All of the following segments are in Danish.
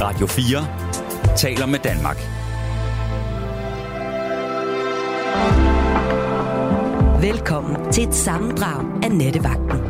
Radio 4 taler med Danmark. Velkommen til et sammendrag af Nattevagten.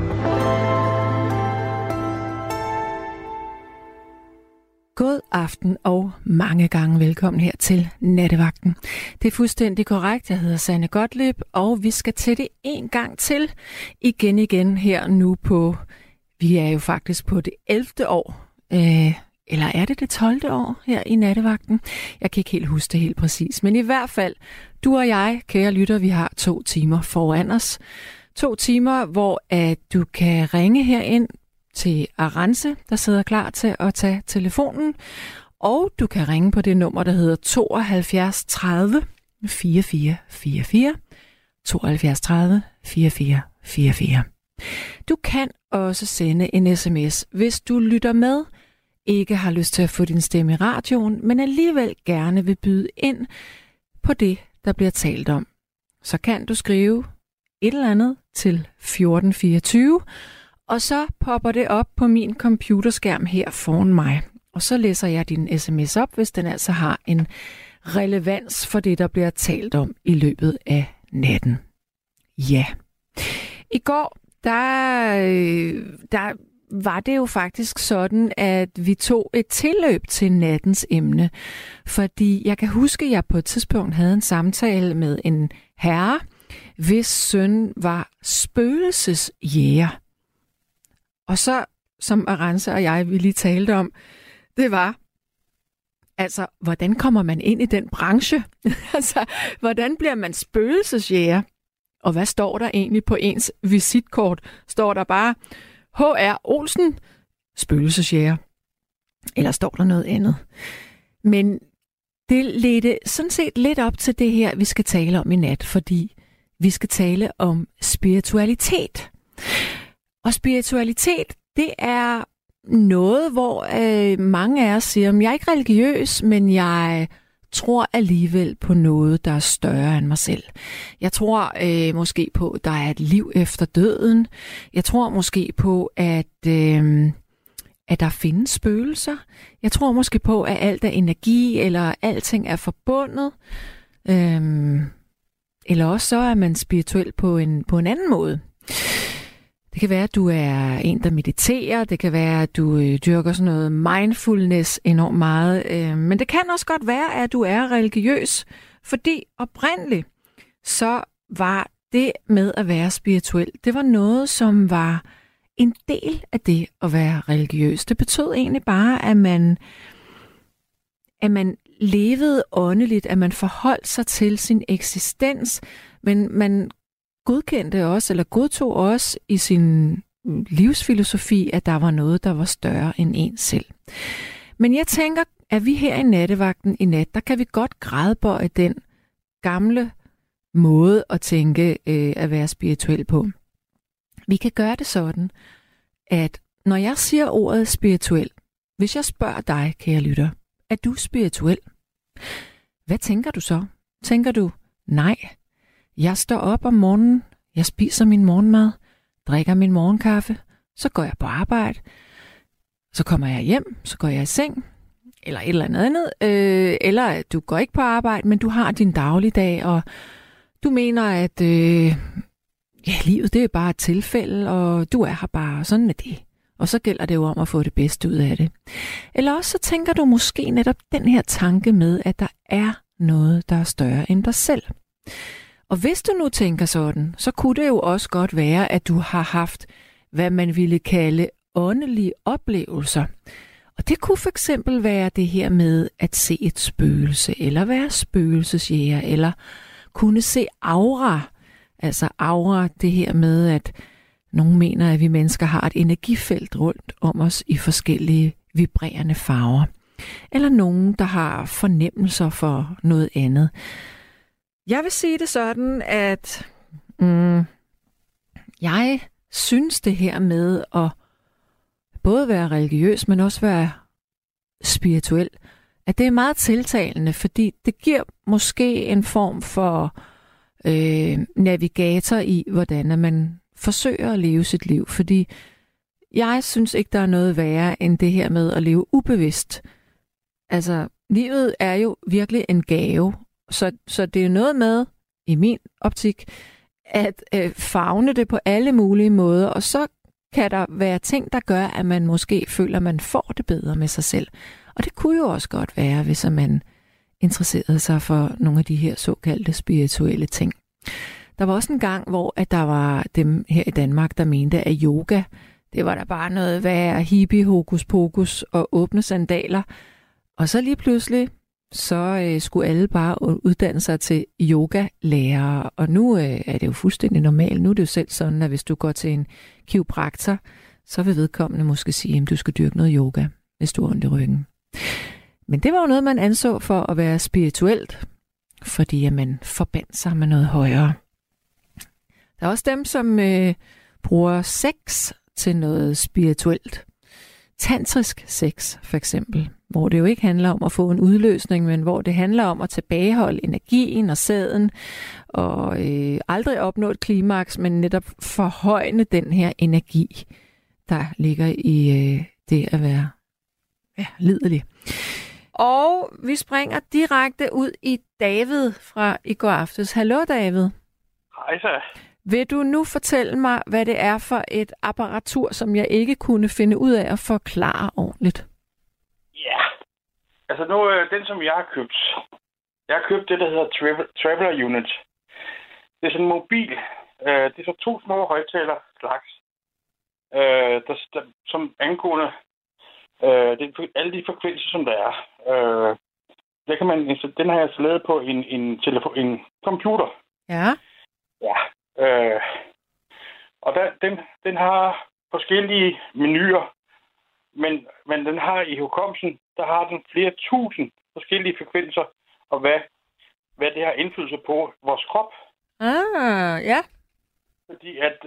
God aften og mange gange velkommen her til Nattevagten. Det er fuldstændig korrekt. Jeg hedder Sanne Gottlieb, og vi skal til det en gang til. Igen her nu på, vi er jo faktisk på det 11. år. Eller er det 12. år her i Nattevagten? Jeg kan ikke helt huske det helt præcis. Men i hvert fald, du og jeg, kære lytter, vi har 2 timer foran os. 2 timer, hvor du kan ringe herind til Arance, der sidder klar til at tage telefonen. Og du kan ringe på det nummer, der hedder 72 30 44 44. 72 30 44 44. Du kan også sende en sms, hvis du lytter med, ikke har lyst til at få din stemme i radioen, men alligevel gerne vil byde ind på det, der bliver talt om. Så kan du skrive et eller andet til 1424, og så popper det op på min computerskærm her foran mig. Og så læser jeg din sms op, hvis den altså har en relevans for det, der bliver talt om i løbet af natten. Ja. I går, der var det jo faktisk sådan, at vi tog et tilløb til nattens emne. Fordi jeg kan huske, at jeg på et tidspunkt havde en samtale med en herre, hvis søn var spøgelsesjæger. Og så, som Arance og jeg vi lige talte om, det var, altså, hvordan kommer man ind i den branche? Altså, hvordan bliver man spøgelsesjæger? Og hvad står der egentlig på ens visitkort? Står der bare H.R. Olsen, spøgelsesjæger? Eller står der noget andet? Men det ledte sådan set lidt op til det her, vi skal tale om i nat, fordi vi skal tale om spiritualitet. Og spiritualitet, det er noget, hvor mange af os siger, at jeg er ikke religiøs, men jeg tror alligevel på noget, der er større end mig selv. Jeg tror måske på, at der er et liv efter døden. Jeg tror måske på, at der findes spøgelser. Jeg tror måske på, at alt er energi, eller alting er forbundet. Eller også så er man spirituel på en anden måde. Det kan være, at du er en, der mediterer. Det kan være, at du dyrker sådan noget mindfulness enormt meget. Men det kan også godt være, at du er religiøs. Fordi oprindeligt, så var det med at være spirituel, det var noget, som var en del af det at være religiøs. Det betød egentlig bare, at man levede åndeligt, at man forholdt sig til sin eksistens, men man godkendte også, eller godtog også i sin livsfilosofi, at der var noget, der var større end en selv. Men jeg tænker, at vi her i Nattevagten i nat, der kan vi godt gradbøje den gamle måde at tænke at være spirituel på. Vi kan gøre det sådan, at når jeg siger ordet spirituel, hvis jeg spørger dig, kære lytter, er du spirituel? Hvad tænker du så? Tænker du, nej, jeg står op om morgenen, jeg spiser min morgenmad, drikker min morgenkaffe, så går jeg på arbejde, så kommer jeg hjem, så går jeg i seng, eller et eller andet, eller du går ikke på arbejde, men du har din dagligdag, og du mener, at livet det er bare et tilfælde, og du er her bare, sådan med det. Og så gælder det jo om at få det bedste ud af det. Eller også så tænker du måske netop den her tanke med, at der er noget, der er større end dig selv. Og hvis du nu tænker sådan, så kunne det jo også godt være, at du har haft, hvad man ville kalde åndelige oplevelser. Og det kunne for eksempel være det her med at se et spøgelse, eller være spøgelsesjæger, eller kunne se aura. Altså aura, det her med, at nogen mener, at vi mennesker har et energifelt rundt om os i forskellige vibrerende farver. Eller nogen, der har fornemmelser for noget andet. Jeg vil sige det sådan, at jeg synes det her med at både være religiøs, men også være spirituel, at det er meget tiltalende, fordi det giver måske en form for navigator i, hvordan man forsøger at leve sit liv. Fordi jeg synes ikke, der er noget værre end det her med at leve ubevidst. Altså, livet er jo virkelig en gave. Så det er noget med, i min optik, at favne det på alle mulige måder, og så kan der være ting, der gør, at man måske føler, at man får det bedre med sig selv. Og det kunne jo også godt være, hvis man interesserede sig for nogle af de her såkaldte spirituelle ting. Der var også en gang, hvor at der var dem her i Danmark, der mente, at yoga, det var der bare noget værre hippie, hokus pokus og åbne sandaler. Og så lige pludselig, så skulle alle bare uddanne sig til yoga-lærere. Og nu er det jo fuldstændig normalt. Nu er det jo selv sådan, at hvis du går til en kiropraktor, så vil vedkommende måske sige, at du skal dyrke noget yoga, hvis du har ondt i ryggen. Men det var jo noget, man anså for at være spirituelt, fordi at man forbandt sig med noget højere. Der er også dem, som bruger sex til noget spirituelt. Tantrisk sex, for eksempel, hvor det jo ikke handler om at få en udløsning, men hvor det handler om at tilbageholde energien og sæden, og aldrig opnå et klimaks, men netop forhøjne den her energi, der ligger i det at være liderlig. Og vi springer direkte ud i David fra i går aftes. Hallo David. Hej så. Vil du nu fortælle mig, hvad det er for et apparatur, som jeg ikke kunne finde ud af at forklare ordentligt? Ja, altså nu den, som jeg har købt. Jeg har købt det, der hedder Traveler Unit. Det er sådan en mobil. Det er så 2 små højttaler slags, der som angående alle de frekvenser, som der er. Den har jeg installeret på en computer. Ja. Ja. Og den har forskellige menuer, men den har i hukommelsen, der har den flere tusind forskellige frekvenser, og hvad det har indflydelse på vores krop. Ja. Fordi at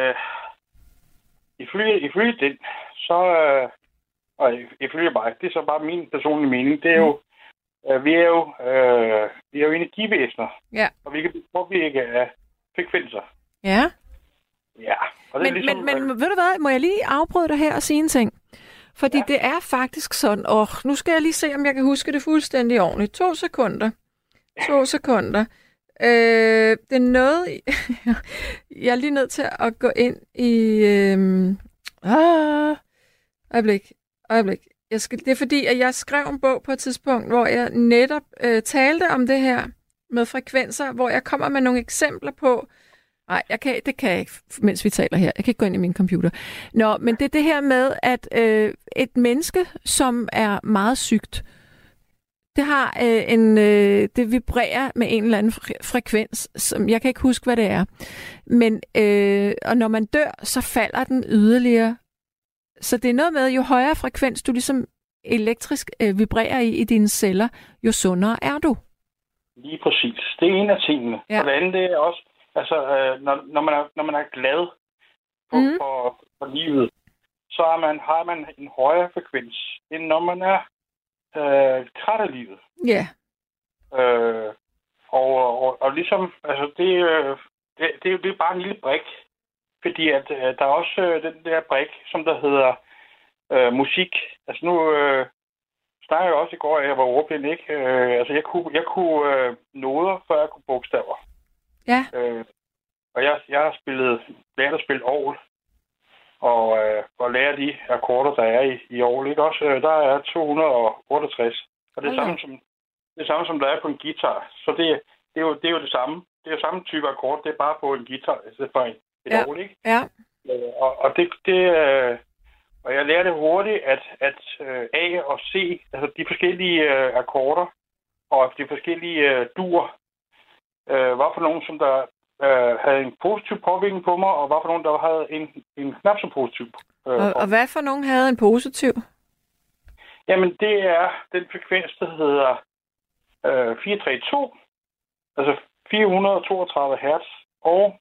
ifølge den, så og ifølge mig, det er så bare min personlige mening, det er jo, vi er jo energivæsener, ja. Og vi kan blive påvirke af frekvenser. Ja. Ja. Og det men ved du hvad, må jeg lige afbryde dig her og sige en ting? Fordi det er faktisk sådan, nu skal jeg lige se, om jeg kan huske det fuldstændig ordentligt. 2 sekunder. 2 sekunder. Det er noget, jeg er lige nødt til at gå ind i... Øjeblik. Det er fordi, at jeg skrev en bog på et tidspunkt, hvor jeg netop talte om det her med frekvenser, hvor jeg kommer med nogle eksempler på... Nej, det kan jeg ikke, mens vi taler her. Jeg kan ikke gå ind i min computer. Nå, men det er det her med, at et menneske, som er meget sygt, det har det vibrerer med en eller anden frekvens, som jeg kan ikke huske, hvad det er. Men og når man dør, så falder den yderligere. Så det er noget med, jo højere frekvens du ligesom elektrisk vibrerer i dine celler, jo sundere er du. Lige præcis. Det er en af tingene. Ja. Og det andet det er også, altså, når man er glad for livet, så har man en højere frekvens, end når man er træt af livet. Ja. Og ligesom, altså, det er bare en lille brik, fordi at der er også den der brik, som der hedder musik. Altså nu snakker jeg også i går, at jeg var ordblind, ikke? Altså jeg kunne noder, før jeg kunne bogstaver. Ja. Og jeg har lært at spille orgel, og lære de akkorder, der er i orgel, ikke? Også der er 268, og det er samme som der er på en guitar. Så det er jo det samme. Det er jo samme type akkord, det er bare på en guitar, i stedet for et orgel, ikke? Ja. Og jeg lærte hurtigt, at A og C, altså de forskellige akkorder og de forskellige dur, var for nogen, som der havde en positiv påvirkning på mig, og var for nogen, der havde en knap så positiv. Og hvad for nogen havde en positiv? Jamen, det er den frekvens, der hedder 432, altså 432 hertz og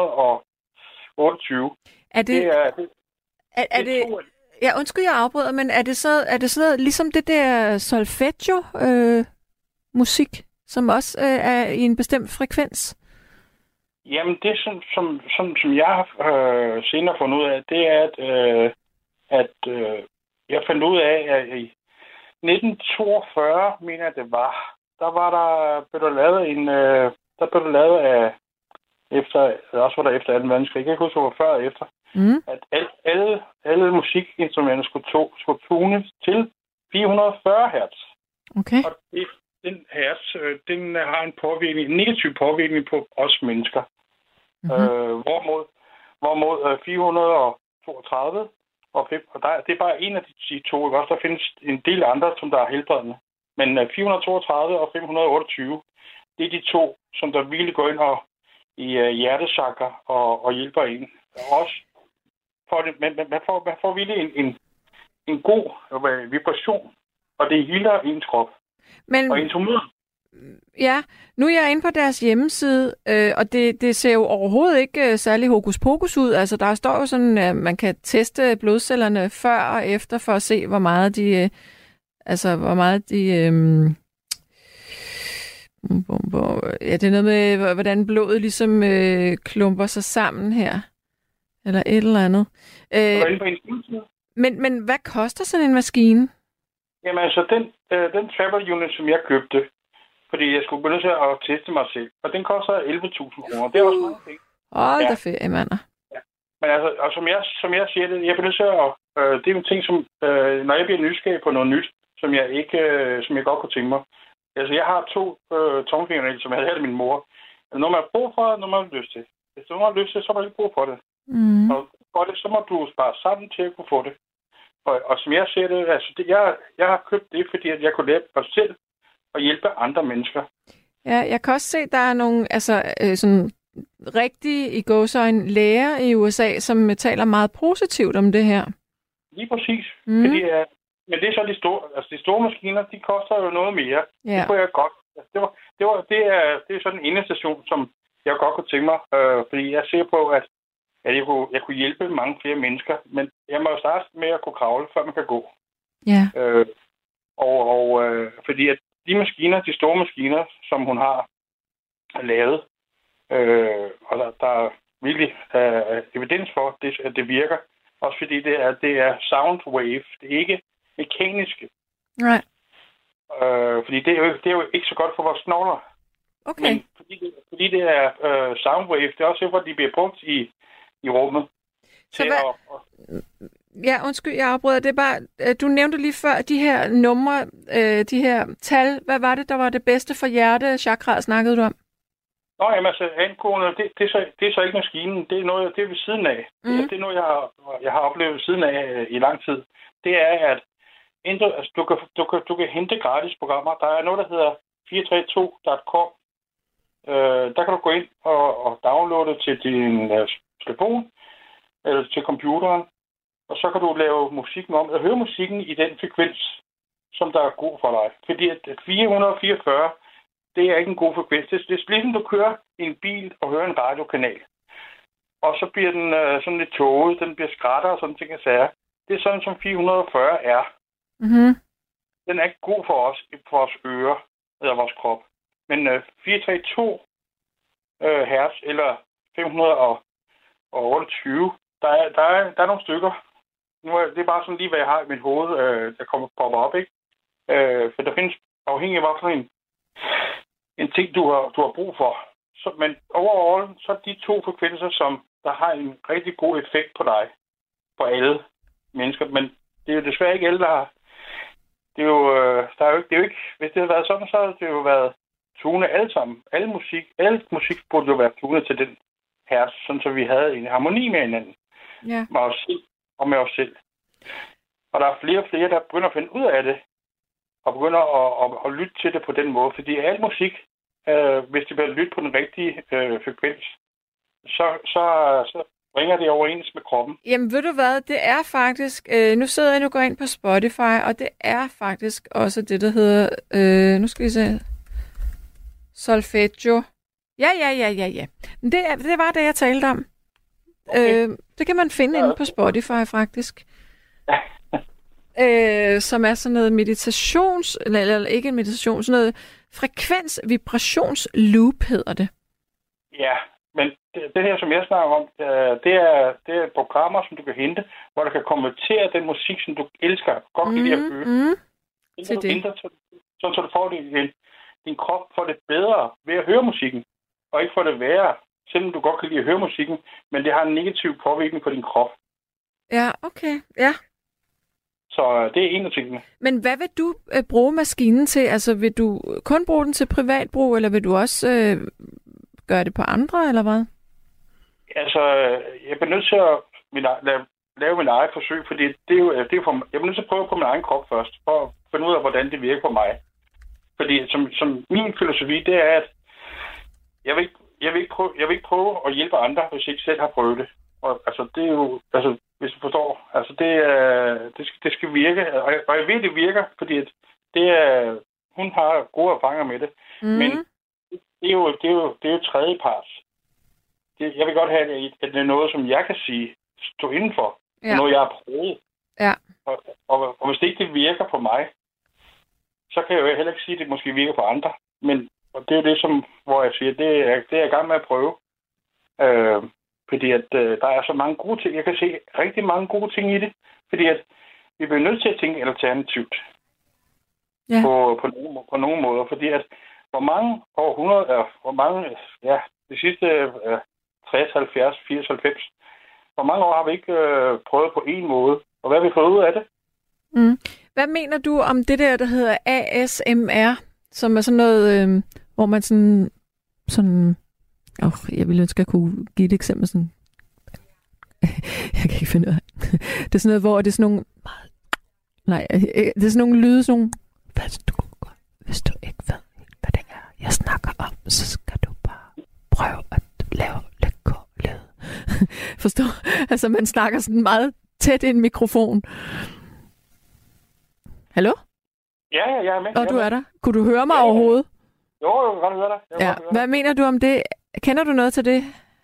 528. Er det ja, undskyld, jeg afbryder, men er det så noget, ligesom det der solfeggio musik, som også er i en bestemt frekvens? Jamen, det som jeg har senere fundet ud af, det er, at jeg fandt ud af, 1942, mener jeg det var. Blev der lavet af efter 2. verdenskrig. Jeg kan ikke huske, hvor før og efter. At alle musikinstrumenter skulle tunes til 440 hertz. Okay. Og den hertz, den har en negativ påvirkning på os mennesker. Hvorimod 432 og det er bare en af de to. Ikke? Også der findes en del andre, som der er helbredende. Men 432 og 528, det er de to, som der virkelig går ind og i hjertesakrer og hjælper en. Også for det, men man får virkelig en god vibration, og det healer ens krop og ens humør. Ja, nu er jeg inde på deres hjemmeside, og det ser jo overhovedet ikke særlig hokus pokus ud. Altså, der står jo sådan, at man kan teste blodcellerne før og efter for at se, hvor meget de ja, det er noget med, hvordan blodet ligesom klumper sig sammen her. Eller et eller andet. Men hvad koster sådan en maskine? Jamen altså, den travel unit, som jeg købte, fordi jeg skulle begynde at teste mig selv, og den koster 11.000 kroner. Det er også mange penge. Hold da ferie, mander. Ja. Men altså, og som jeg siger det, jeg bliver nødt til at... det er en ting, som... når jeg bliver nysgerrig på noget nyt, som jeg godt kunne tænke mig. Altså, jeg har 2 tommelfingernægler, som jeg havde af min mor. Når man har brug for det, når man har lyst til. Hvis du har lyst til, så har man ikke brug for det. Og for det, så må du spare sammen til at kunne få det. Og som jeg ser det, altså, jeg har købt det, fordi at jeg kunne lære mig selv og hjælpe andre mennesker. Ja, jeg kan også se, at der er nogle sådan rigtige i gåseøjne læger i USA, som taler meget positivt om det her. Lige præcis. Fordi, men det er så de store maskiner, de koster jo noget mere. Ja. Det kunne jeg godt. Altså, det er sådan en endestation, som jeg godt kunne tænke mig, fordi jeg ser på, at jeg kunne hjælpe mange flere mennesker, men jeg må jo starte med at kunne kravle, før man kan gå. Ja. Fordi at de store maskiner, som hun har lavet, og der er virkelig evidens for, at det virker, også fordi det er sound wave, det er ikke mekaniske. Nej. Fordi det er jo ikke så godt for vores knogler. Okay. Men fordi det er sound wave, det er også derfor, de bliver brugt i rummet. Så ja, undskyld, jeg afbryder. Det er bare, du nævnte lige før de her numre, de her tal. Hvad var det, der var det bedste for hjertechakraet, snakkede du om? Nå, jamen altså, angående, det er så ikke maskinen. Det er noget, det er ved siden af. Det er noget, jeg har oplevet ved siden af i lang tid. Det er, at du kan hente gratis programmer. Der er noget, der hedder 432.com. Der kan du gå ind og downloade til din telefon eller til computeren, og så kan du lave musikken om, og høre musikken i den frekvens, som der er god for dig. Fordi at 444, det er ikke en god frekvens. Det er ligesom, du kører i en bil og hører en radiokanal. Og så bliver den sådan lidt tåget, den bliver skrætter og sådan ting og sager. Det er sådan, som 440 er. Mm-hmm. Den er ikke god for os, for vores ører eller vores krop. Men 432 hertz eller 528, der er nogle stykker. Nu det er bare sådan lige, hvad jeg har i mit hoved, der popper op, ikke? For der findes afhængig af, hvad for en ting, du har brug for. Men overall, så er de 2 frekvenser, som der har en rigtig god effekt på dig. På alle mennesker. Men det er jo desværre ikke alle, der har... Det er jo ikke... Hvis det havde været sådan, så havde det jo været tunet alle sammen. Al musik burde jo være tunet til den hertz, sådan så vi havde en harmoni med hinanden. Ja. Med os selv og med os selv. Og der er flere og flere, der begynder at finde ud af det, og begynder at lytte til det på den måde. Fordi al musik, hvis det bliver lyttet på den rigtige frekvens, så bringer det overens med kroppen. Jamen ved du hvad, det er faktisk, nu sidder jeg nu går ind på Spotify, og det er faktisk også det, der hedder, nu skal vi se, solfeggio. Ja. Det var det, jeg talte om. Okay. Det kan man finde inde på Spotify faktisk. Som er sådan noget meditations, eller ikke en meditation, sådan noget frekvens-vibrationsloop hedder det. Ja, men det her, som jeg snakker om, det er programmer, som du kan hente, hvor du kan konvertere den musik, som du elsker, godt kan lide at høre. til det. Så du får din krop får det bedre ved at høre musikken, og ikke får det værre, selvom du godt kan lide at høre musikken, men det har en negativ påvirkning på din krop. Ja, okay. Ja. Så det er en af tingene. Men hvad vil du bruge maskinen til? Altså, vil du kun bruge den til privatbrug, eller vil du også gøre det på andre, eller hvad? Altså, jeg bliver nødt til at lave min egen forsøg, fordi det er jo jeg bliver nødt til at prøve på min egen krop først, for at finde ud af, hvordan det virker på mig. Fordi som min filosofi, det er, at jeg vil ikke prøve at hjælpe andre, hvis jeg ikke selv har prøvet det. Og altså, det er jo, altså, hvis du forstår, altså, det skal virke, og jeg ved, det virker, fordi at hun har gode erfaringer med det. Men det er jo tredjeparts. Jeg vil godt have, at det er noget, som jeg kan sige, stå indenfor. Ja. Noget, jeg har prøvet. Ja. Og hvis det ikke virker på mig, så kan jeg jo heller ikke sige, at det måske virker på andre. Men det er jo det, hvor jeg siger, det er jeg i gang med at prøve. Fordi at der er så mange gode ting. Jeg kan se rigtig mange gode ting i det. Fordi at vi bliver nødt til at tænke alternativt. Ja. På nogle måder. Fordi at hvor mange århundreder, de sidste 60, 70, 80, 90, hvor mange år har vi ikke prøvet på en måde? Og hvad har vi fået ud af det? Hvad mener du om det der hedder ASMR, som er sådan noget, hvor man sådan jeg ville ønske, at jeg kunne give et eksempel sådan. Jeg kan ikke finde ud af. Det er sådan noget, hvor det er sådan nogle det er sådan nogle lyde, sådan nogle, hvis du ikke ved, hvad det er, jeg snakker om, så skal du bare prøve at lave lidt lyd. Forstår? Altså, man snakker sådan meget tæt i en mikrofon. Hallo? Ja, jeg er med. Du er der. Kunne du høre mig overhovedet? Jo, jeg kan godt høre dig. Hvad mener du om det? Kender du noget til det?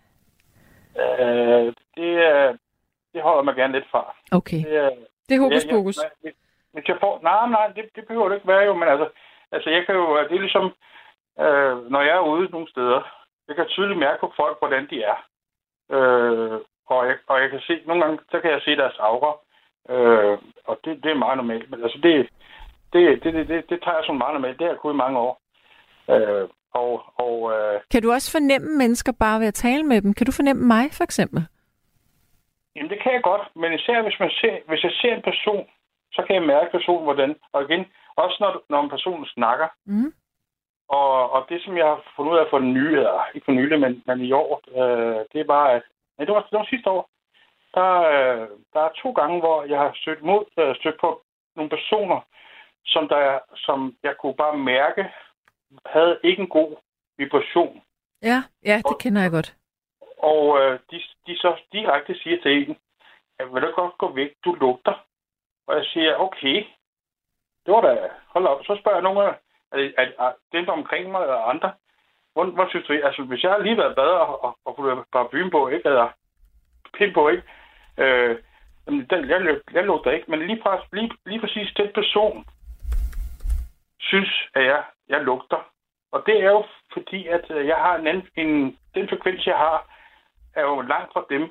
Det holder mig gerne lidt fra. Okay. Det er hokus pokus. Hvis jeg får... Nej, det behøver det ikke være jo, men altså jeg kan jo... Det er ligesom, når jeg er ude nogle steder, jeg kan tydeligt mærke på folk, hvordan de er. Og jeg kan se... Nogle gange, så kan jeg se deres aura. Og det er meget normalt. Men altså det tager jeg som meget normalt. Det har jeg kunnet i mange år. Kan du også fornemme mennesker bare ved at tale med dem? Kan du fornemme mig, for eksempel? Jamen, det kan jeg godt. Men især hvis jeg ser en person, så kan jeg mærke personen, hvordan. Og igen, også når en person snakker. Mm. Og det, som jeg har fundet ud af for den nye, eller ikke for nylig, men i år, det er bare, at det var sidste år. Der er 2 gange, hvor jeg har stødt på nogle personer, som jeg kunne bare mærke, havde ikke en god vibration. Ja, det kender jeg godt. Og de så direkte siger til en, at vil du godt gå væk, du lugter. Og jeg siger, okay, det var da, hold op. Så spørger jeg nogen af dem, der omkring mig, eller andre, hvad synes du? Altså, hvis jeg har lige været bad og kunne bare byen på, ikke? Eller pind på, ikke? Jeg lugter ikke, men lige præcis den person synes, at jeg lugter. Og det er jo fordi, at jeg har den frekvens, jeg har, er jo langt fra dem.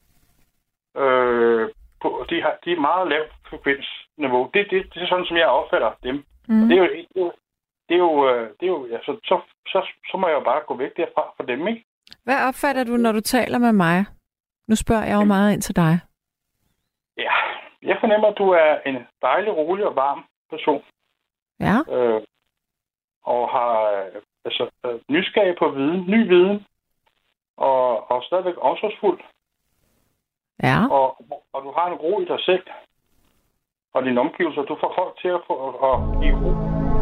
De er meget lavt frekvensniveau. Det er sådan, som jeg opfatter dem. Mm. Og det er jo altså, så må jeg jo bare gå væk derfra for dem, ikke? Hvad opfatter du, når du taler med mig? Nu spørger jeg jo meget ind til dig. Ja, jeg fornemmer, at du er en dejlig, rolig og varm person. Ja. Og har nysgerrig på ny viden, og stadigvæk omsorgsfuld. Ja. Og du har en ro i dig selv, og dine omgivelser. Du får folk til at give ro.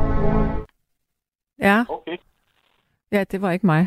Ja. Okay. Ja, det var ikke mig.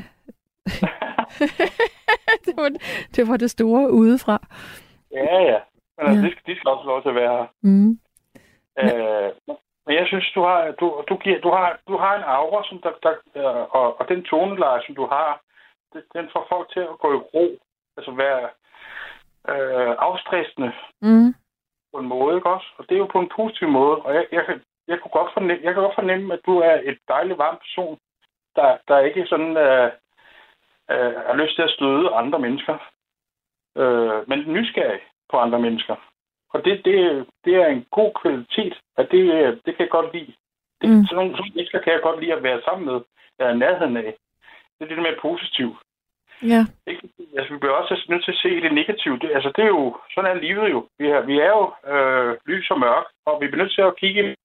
det var det store udefra. Ja. Men altså, de skal også lov til at være her. Mm. Men jeg synes, du har en aura, som og den toneleje, som du har, den får folk til at gå i ro. Altså være afstressende på en måde, ikke også? Og det er jo på en positiv måde. Og jeg kan godt fornemme, at du er et dejligt varmt person, der ikke sådan har lyst til at støde andre mennesker. Men nysgerrig på andre mennesker. Og det er en god kvalitet, og det kan jeg godt lide. Sådan nogle mennesker kan jeg godt lide at være sammen med, eller nærheden af. Det er det mere positivt. Ja. Altså, vi bliver også nødt til at se det negative. Det er jo, sådan er livet jo. Vi er jo lys og mørk, og vi bliver nødt til at kigge.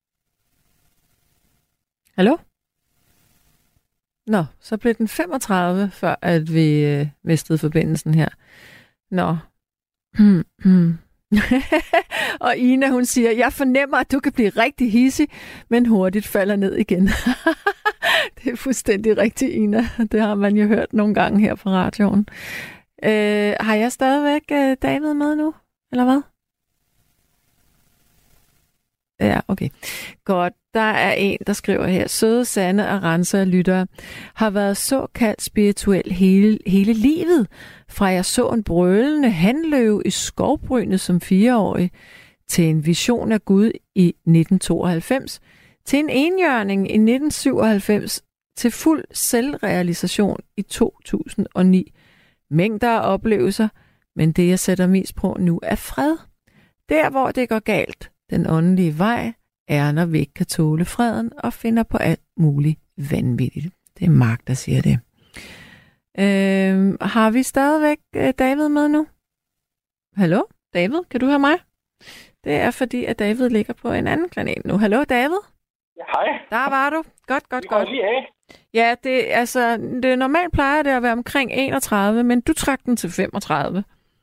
Hallo? Nå, så blev den 35, før at vi mistede forbindelsen her. Nå. Og Ina, hun siger, jeg fornemmer, at du kan blive rigtig hidsig, men hurtigt falder ned igen. Det er fuldstændig rigtigt, Ina. Det har man jo hørt nogle gange her på radioen. Har jeg stadigvæk David med nu? Eller hvad? Ja, okay. Godt. Der er en, der skriver her, søde, sande og renser lyttere har været såkaldt spirituel hele livet. Fra jeg så en brølende hanløve i skovbrynet som 4-årig, til en vision af Gud i 1992, til en enhjørning i 1997, til fuld selvrealisation i 2009. Mængder af oplevelser, men det jeg sætter mest på nu er fred. Der hvor det går galt, den åndelige vej, er når vi ikke kan tåle freden og finder på alt muligt vanvittigt. Det er Mark, der siger det. Har vi stadigvæk David med nu? Hallo? David, kan du høre mig? Det er fordi, at David ligger på en anden planet nu. Hallo, David? Ja, hej. Der var du. Godt. Lige af. Ja, det normalt plejer det at være omkring 31, men du trak den til 35.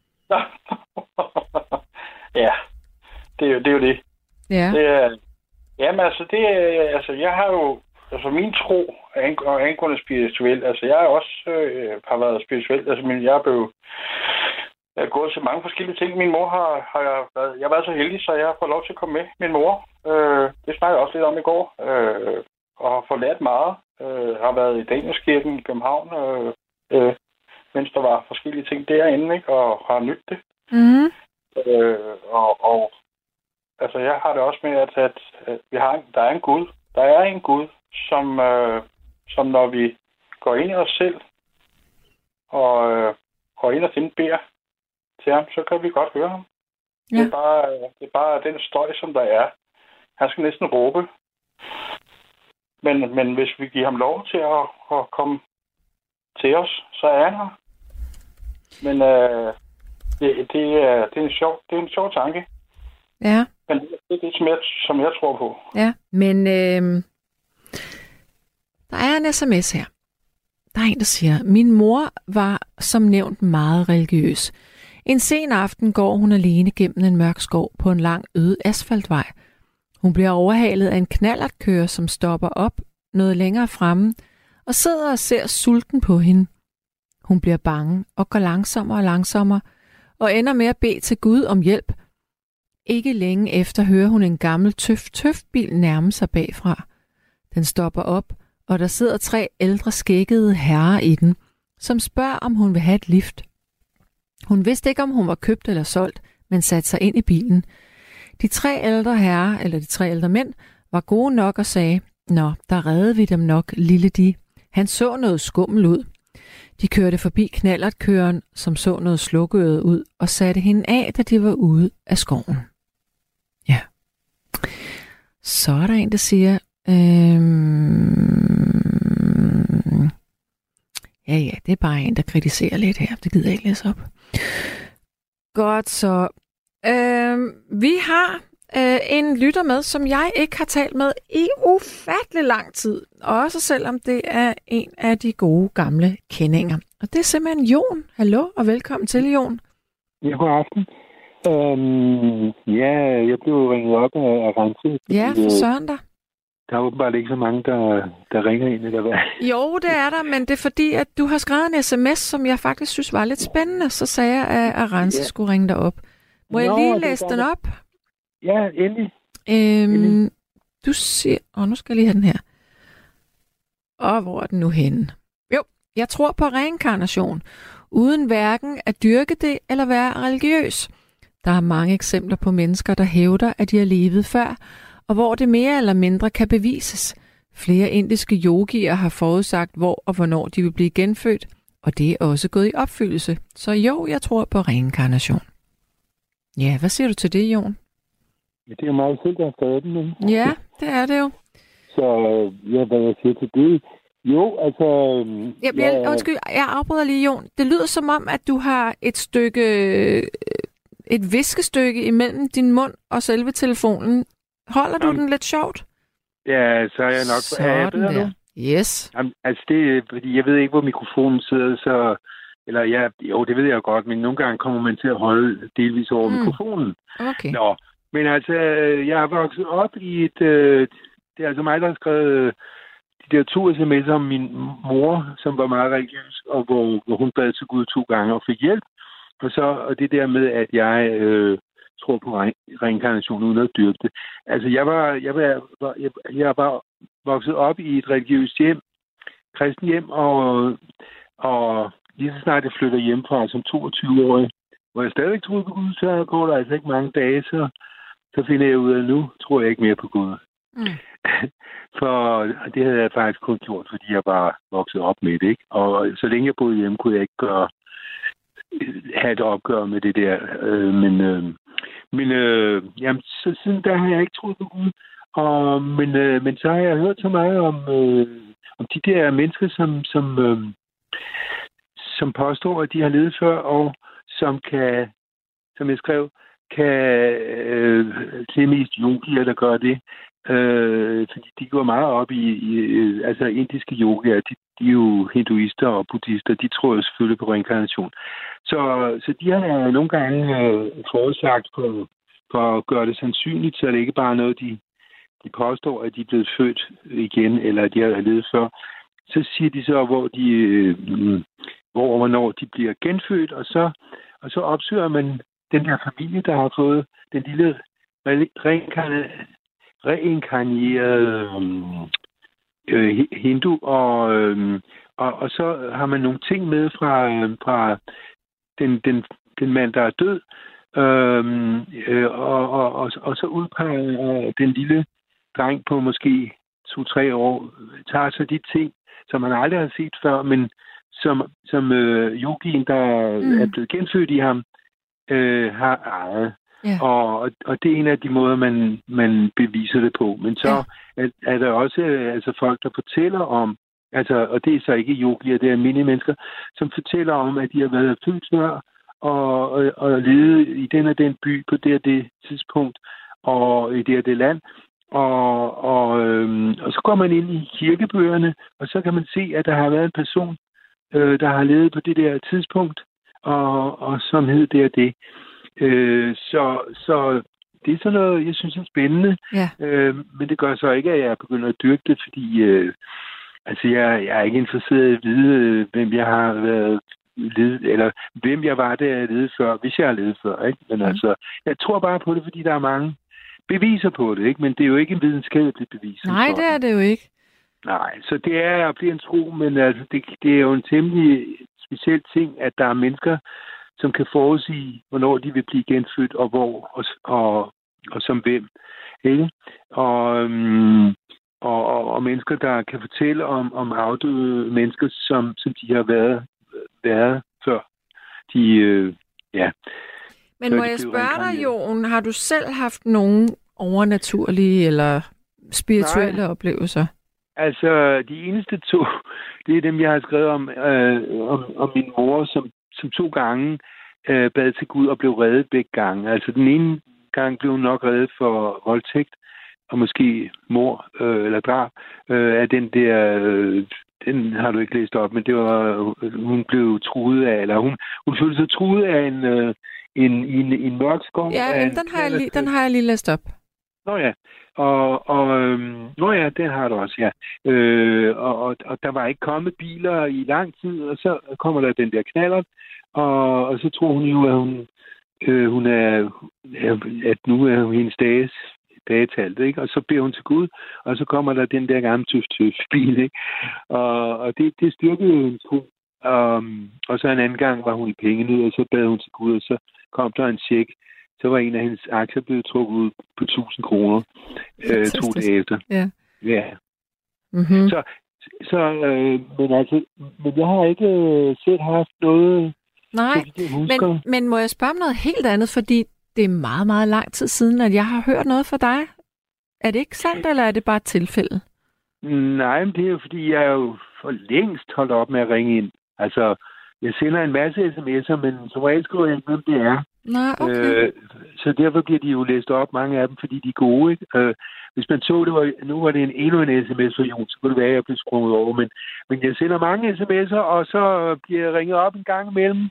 Ja, det er jo det. Ja. Jamen altså, jeg har jo, altså min tro angående spirituel, altså jeg har også har været spirituel, altså jeg er blevet gået til mange forskellige ting. Min mor jeg har været så heldig, så jeg har fået lov til at komme med min mor. Det snakkede jeg også lidt om i går, og har fået lært meget. Har været i Danielskirken i København, mens der var forskellige ting derinde, ikke? Og har nydt det. Mm-hmm. Og altså, jeg har det også med, at der er en Gud. Der er en Gud, som når vi går ind i os selv og går ind og beder til ham, så kan vi godt høre ham. Ja. Det er bare den støj, som der er. Han skal næsten råbe. Men hvis vi giver ham lov til at komme til os, så er han her. Men det er en sjov tanke. Ja. Men det er det, som jeg tror på. Ja, men der er en sms her. Der er en, der siger, min mor var som nævnt meget religiøs. En sen aften går hun alene gennem en mørk skov på en lang øde asfaltvej. Hun bliver overhalet af en knallertkører, som stopper op noget længere fremme og sidder og ser sulten på hende. Hun bliver bange og går langsommere og langsommere og ender med at bede til Gud om hjælp. Ikke længe efter hører hun en gammel tøft-bil nærme sig bagfra. Den stopper op, og der sidder 3 ældre skæggede herrer i den, som spørger, om hun vil have et lift. Hun vidste ikke, om hun var købt eller solgt, men satte sig ind i bilen. De 3 ældre mænd, var gode nok og sagde, nå, der reddede vi dem nok, lille de. Han så noget skummel ud. De kørte forbi knallertkøreren, som så noget slukøret ud, og satte hende af, da de var ude af skoven. Ja. Så er der en, der siger, ja, det er bare en, der kritiserer lidt her. Det gider jeg ikke læse op. Godt, så vi har en lytter med, som jeg ikke har talt med i ufattelig lang tid. Også selvom det er en af de gode gamle kendinger. Og det er simpelthen Jon. Hallo og velkommen til, Jon. Ja, god aften. Jeg blev ringet op af Rense. Ja, for søren da. Der er åbenbart ikke så mange, der ringer ind, eller hvad? Jo, det er der, men det er fordi, at du har skrevet en sms, som jeg faktisk synes var lidt spændende. Så sagde jeg, at Rense skulle ringe dig op. Må jeg lige læse den op? Ja, endelig. Du siger... nu skal jeg lige have den her. Hvor er den nu henne? Jo, jeg tror på reinkarnation, uden hverken at dyrke det eller være religiøs. Der er mange eksempler på mennesker, der hævder, at de har levet før, og hvor det mere eller mindre kan bevises. Flere indiske yogier har forudsagt, hvor og hvornår de vil blive genfødt, og det er også gået i opfyldelse. Så jo, jeg tror på reinkarnation. Ja, hvad siger du til det, Jon? Ja, det er meget selv, der har skrevet den. Ikke? Ja, det er det jo. Så ja, hvad jeg siger til det? Jo, altså... Undskyld, jeg afbryder lige, Jon. Det lyder som om, at du har et viskestykke imellem din mund og selve telefonen. Holder du den lidt sjovt? Ja, så er jeg nok... Sådan der. Yes. Jamen, altså, det er, fordi jeg ved ikke, hvor mikrofonen sidder, så... Eller ja, jo, det ved jeg godt, men nogle gange kommer man til at holde delvis over mikrofonen. Okay. Nå, men altså, jeg er vokset op i et... det er altså mig, der har skrevet de der 2 sms'er om min mor, som var meget religiøs, og hvor hun bad til Gud 2 gange og fik hjælp. Og det der med, at jeg tror på reinkarnation uden at dyrke det. Altså, jeg var vokset op i et religiøst hjem, kristen hjem, og lige så snart jeg flytter hjemmefra som 22-årig, hvor jeg stadig troede på Gud, så går der altså ikke mange dage, så finder jeg ud af, at nu tror jeg ikke mere på Gud. For det havde jeg faktisk kun gjort, fordi jeg var vokset op med det, ikke? Og så længe jeg boede hjemme, kunne jeg ikke have et opgør med det der. Jamen, så siden der har jeg ikke troet på Gud. Men så har jeg hørt så meget om de der mennesker, som påstår, at de har levet før, og som kan, som jeg skrev, det er mest yogier, der gør det. Fordi de går meget op i altså indiske yogier, de er jo hinduister og buddhister, de tror jo selvfølgelig på reinkarnation. Så de har nogle gange forudsagt for at gøre det sandsynligt, så det ikke bare er noget, de påstår, at de er blevet født igen, eller at de har levet før. Så siger de så, hvornår de bliver genfødt, og så opsøger man den der familie, der har fået den lille reinkarnerede hindu, og så har man nogle ting med fra den mand, der er død, og så udpeger den lille dreng på måske 2-3 år, tager så de ting, som man aldrig har set før, men som yogien, der er blevet genfødt i ham, har ejet. Yeah. Og det er en af de måder, man beviser det på. Men så er der også altså folk, der fortæller om, altså, og det er så ikke yogier, det er almindelige mennesker, som fortæller om, at de har været født før, og levet i den og den by på det og det tidspunkt, og i det og det land. Og så går man ind i kirkebøgerne, og så kan man se, at der har været en person, der har levet på det der tidspunkt, og som hed det og det. Så det er sådan noget, jeg synes er spændende. Yeah. Men det gør så ikke, at jeg begynder at dyrke det, fordi altså jeg er ikke interesseret i at vide, hvem jeg har været ledet, eller hvem jeg var, der jeg levede før, hvis jeg har levet før. Ikke? Men altså, jeg tror bare på det, fordi der er mange beviser på det, ikke? Men det er jo ikke en videnskabelig bevis. Nej, det er det jo ikke. Nej, så det er at blive en tro, men altså, det er jo en temmelig speciel ting, at der er mennesker, som kan forudsige, hvornår de vil blive genfødt, og hvor, og som hvem. Ikke? Og mennesker, der kan fortælle om afdøde mennesker, som de har været før. Men må jeg spørge dig, Jon, har du selv haft nogle overnaturlige eller spirituelle oplevelser? Altså, de eneste 2, det er dem, jeg har skrevet om min mor, som 2 gange bad til Gud og blev reddet begge gange. Altså, den ene gang blev hun nok reddet for voldtægt, og måske mord eller drab af den der... den har du ikke læst op, men det var... Hun blev truet af... Eller hun følte sig truet af en mørk skov. Ja, den har jeg lige læst op. Nå ja. Nå ja, den har du også, ja. Og der var ikke kommet biler i lang tid, og så kommer der den der knallert, og så tror hun jo, at hun er, at nu er hendes dagetalt, ikke? Og så beder hun til Gud, og så kommer der den der gamle bil, ikke? Og det styrkede hendes tro. Og så en anden gang var hun i pengenød, og så bad hun til Gud, og så kom der en check. Så var en af hendes aktier blevet trukket ud på 1.000 kroner 2 dage efter. Ja. Ja. Mm-hmm. Men jeg har ikke selv haft noget... Nej, men må jeg spørge om noget helt andet? Fordi det er meget, meget lang tid siden, at jeg har hørt noget fra dig. Er det ikke sandt, eller er det bare et tilfælde? Nej, men det er jo, fordi jeg er jo for længst holdt op med at ringe ind. Altså, jeg sender en masse sms'er, men som regel skriver jeg ikke, hvem det er. Nej, okay. Så derfor bliver de jo læst op, mange af dem, fordi de er gode, ikke? Hvis man så, nu var det endnu en sms for Jon, så kunne det være, at jeg blev sprunget over. Men jeg sender mange sms'er, og så bliver jeg ringet op en gang imellem.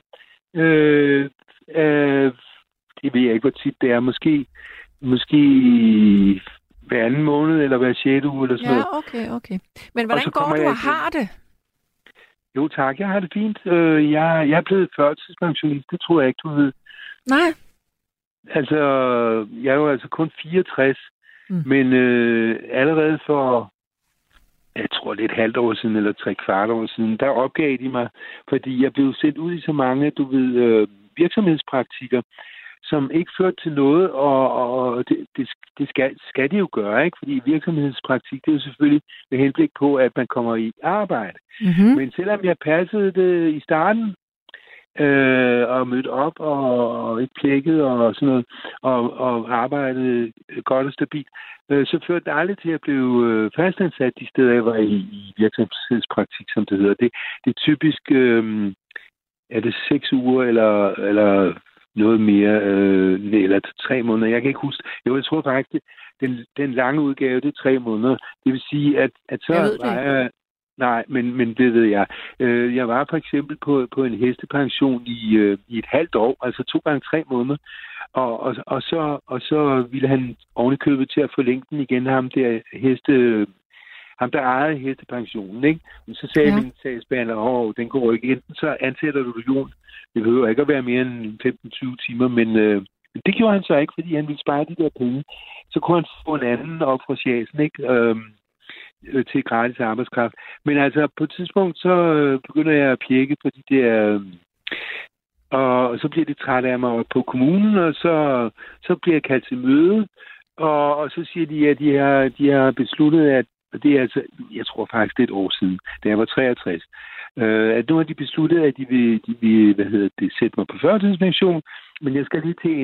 Det ved jeg ikke, hvor tit det er. Måske hver anden måned, eller hver 6. uge, eller sådan noget. Ja, okay. Men hvordan går du og har det? Jo tak, jeg har det fint. Jeg er blevet førtidspensionist, det tror jeg ikke, du ved. Nej. Altså, jeg er jo altså kun 64, men allerede for, jeg tror det er et halvt år siden, eller 3/4 år siden, der opgav de mig, fordi jeg blev sendt ud i så mange, du ved, virksomhedspraktikker, som ikke førte til noget, og det skal de jo gøre, ikke? Fordi virksomhedspraktik, det er jo selvfølgelig med henblik på, at man kommer i arbejde. Mm-hmm. Men selvom jeg passede det i starten, og mødte op, og ikke plækket, og sådan noget, og arbejdede godt og stabilt, så førte det aldrig til at blive fastansat de steder, jeg var i virksomhedspraktik, som det hedder. Det er typisk, er det 6 uger, eller noget mere, eller 3 måneder. Jeg kan ikke huske. Jo, jeg tror faktisk, den lange udgave, det er 3 måneder. Det vil sige, at så var jeg... Nej, men det ved jeg. Jeg var for eksempel på en hestepension i et halvt år, altså 2 gange 3 måneder. Og så ville han ovenikøbet til at forlænge den igen, ham der ejede hestepensionen, ikke? Men så sagde min sagsbehandler, den går ikke. Enten så ansætter du Jon. Det behøver ikke at være mere end 15-20 timer, men det gjorde han så ikke, fordi han ville spare de der penge. Så kunne han få en anden op fra chasen, ikke? Til gratis arbejdskraft. Men altså, på et tidspunkt, så begynder jeg at pjekke på de der... og så bliver de trætte af mig på kommunen, og så bliver jeg kaldt til møde, og så siger de, at de har besluttet, at det er altså, jeg tror faktisk det er et år siden, da jeg var 63, at nu har de besluttet, at de vil sætte mig på førtidspension, men jeg skal lige til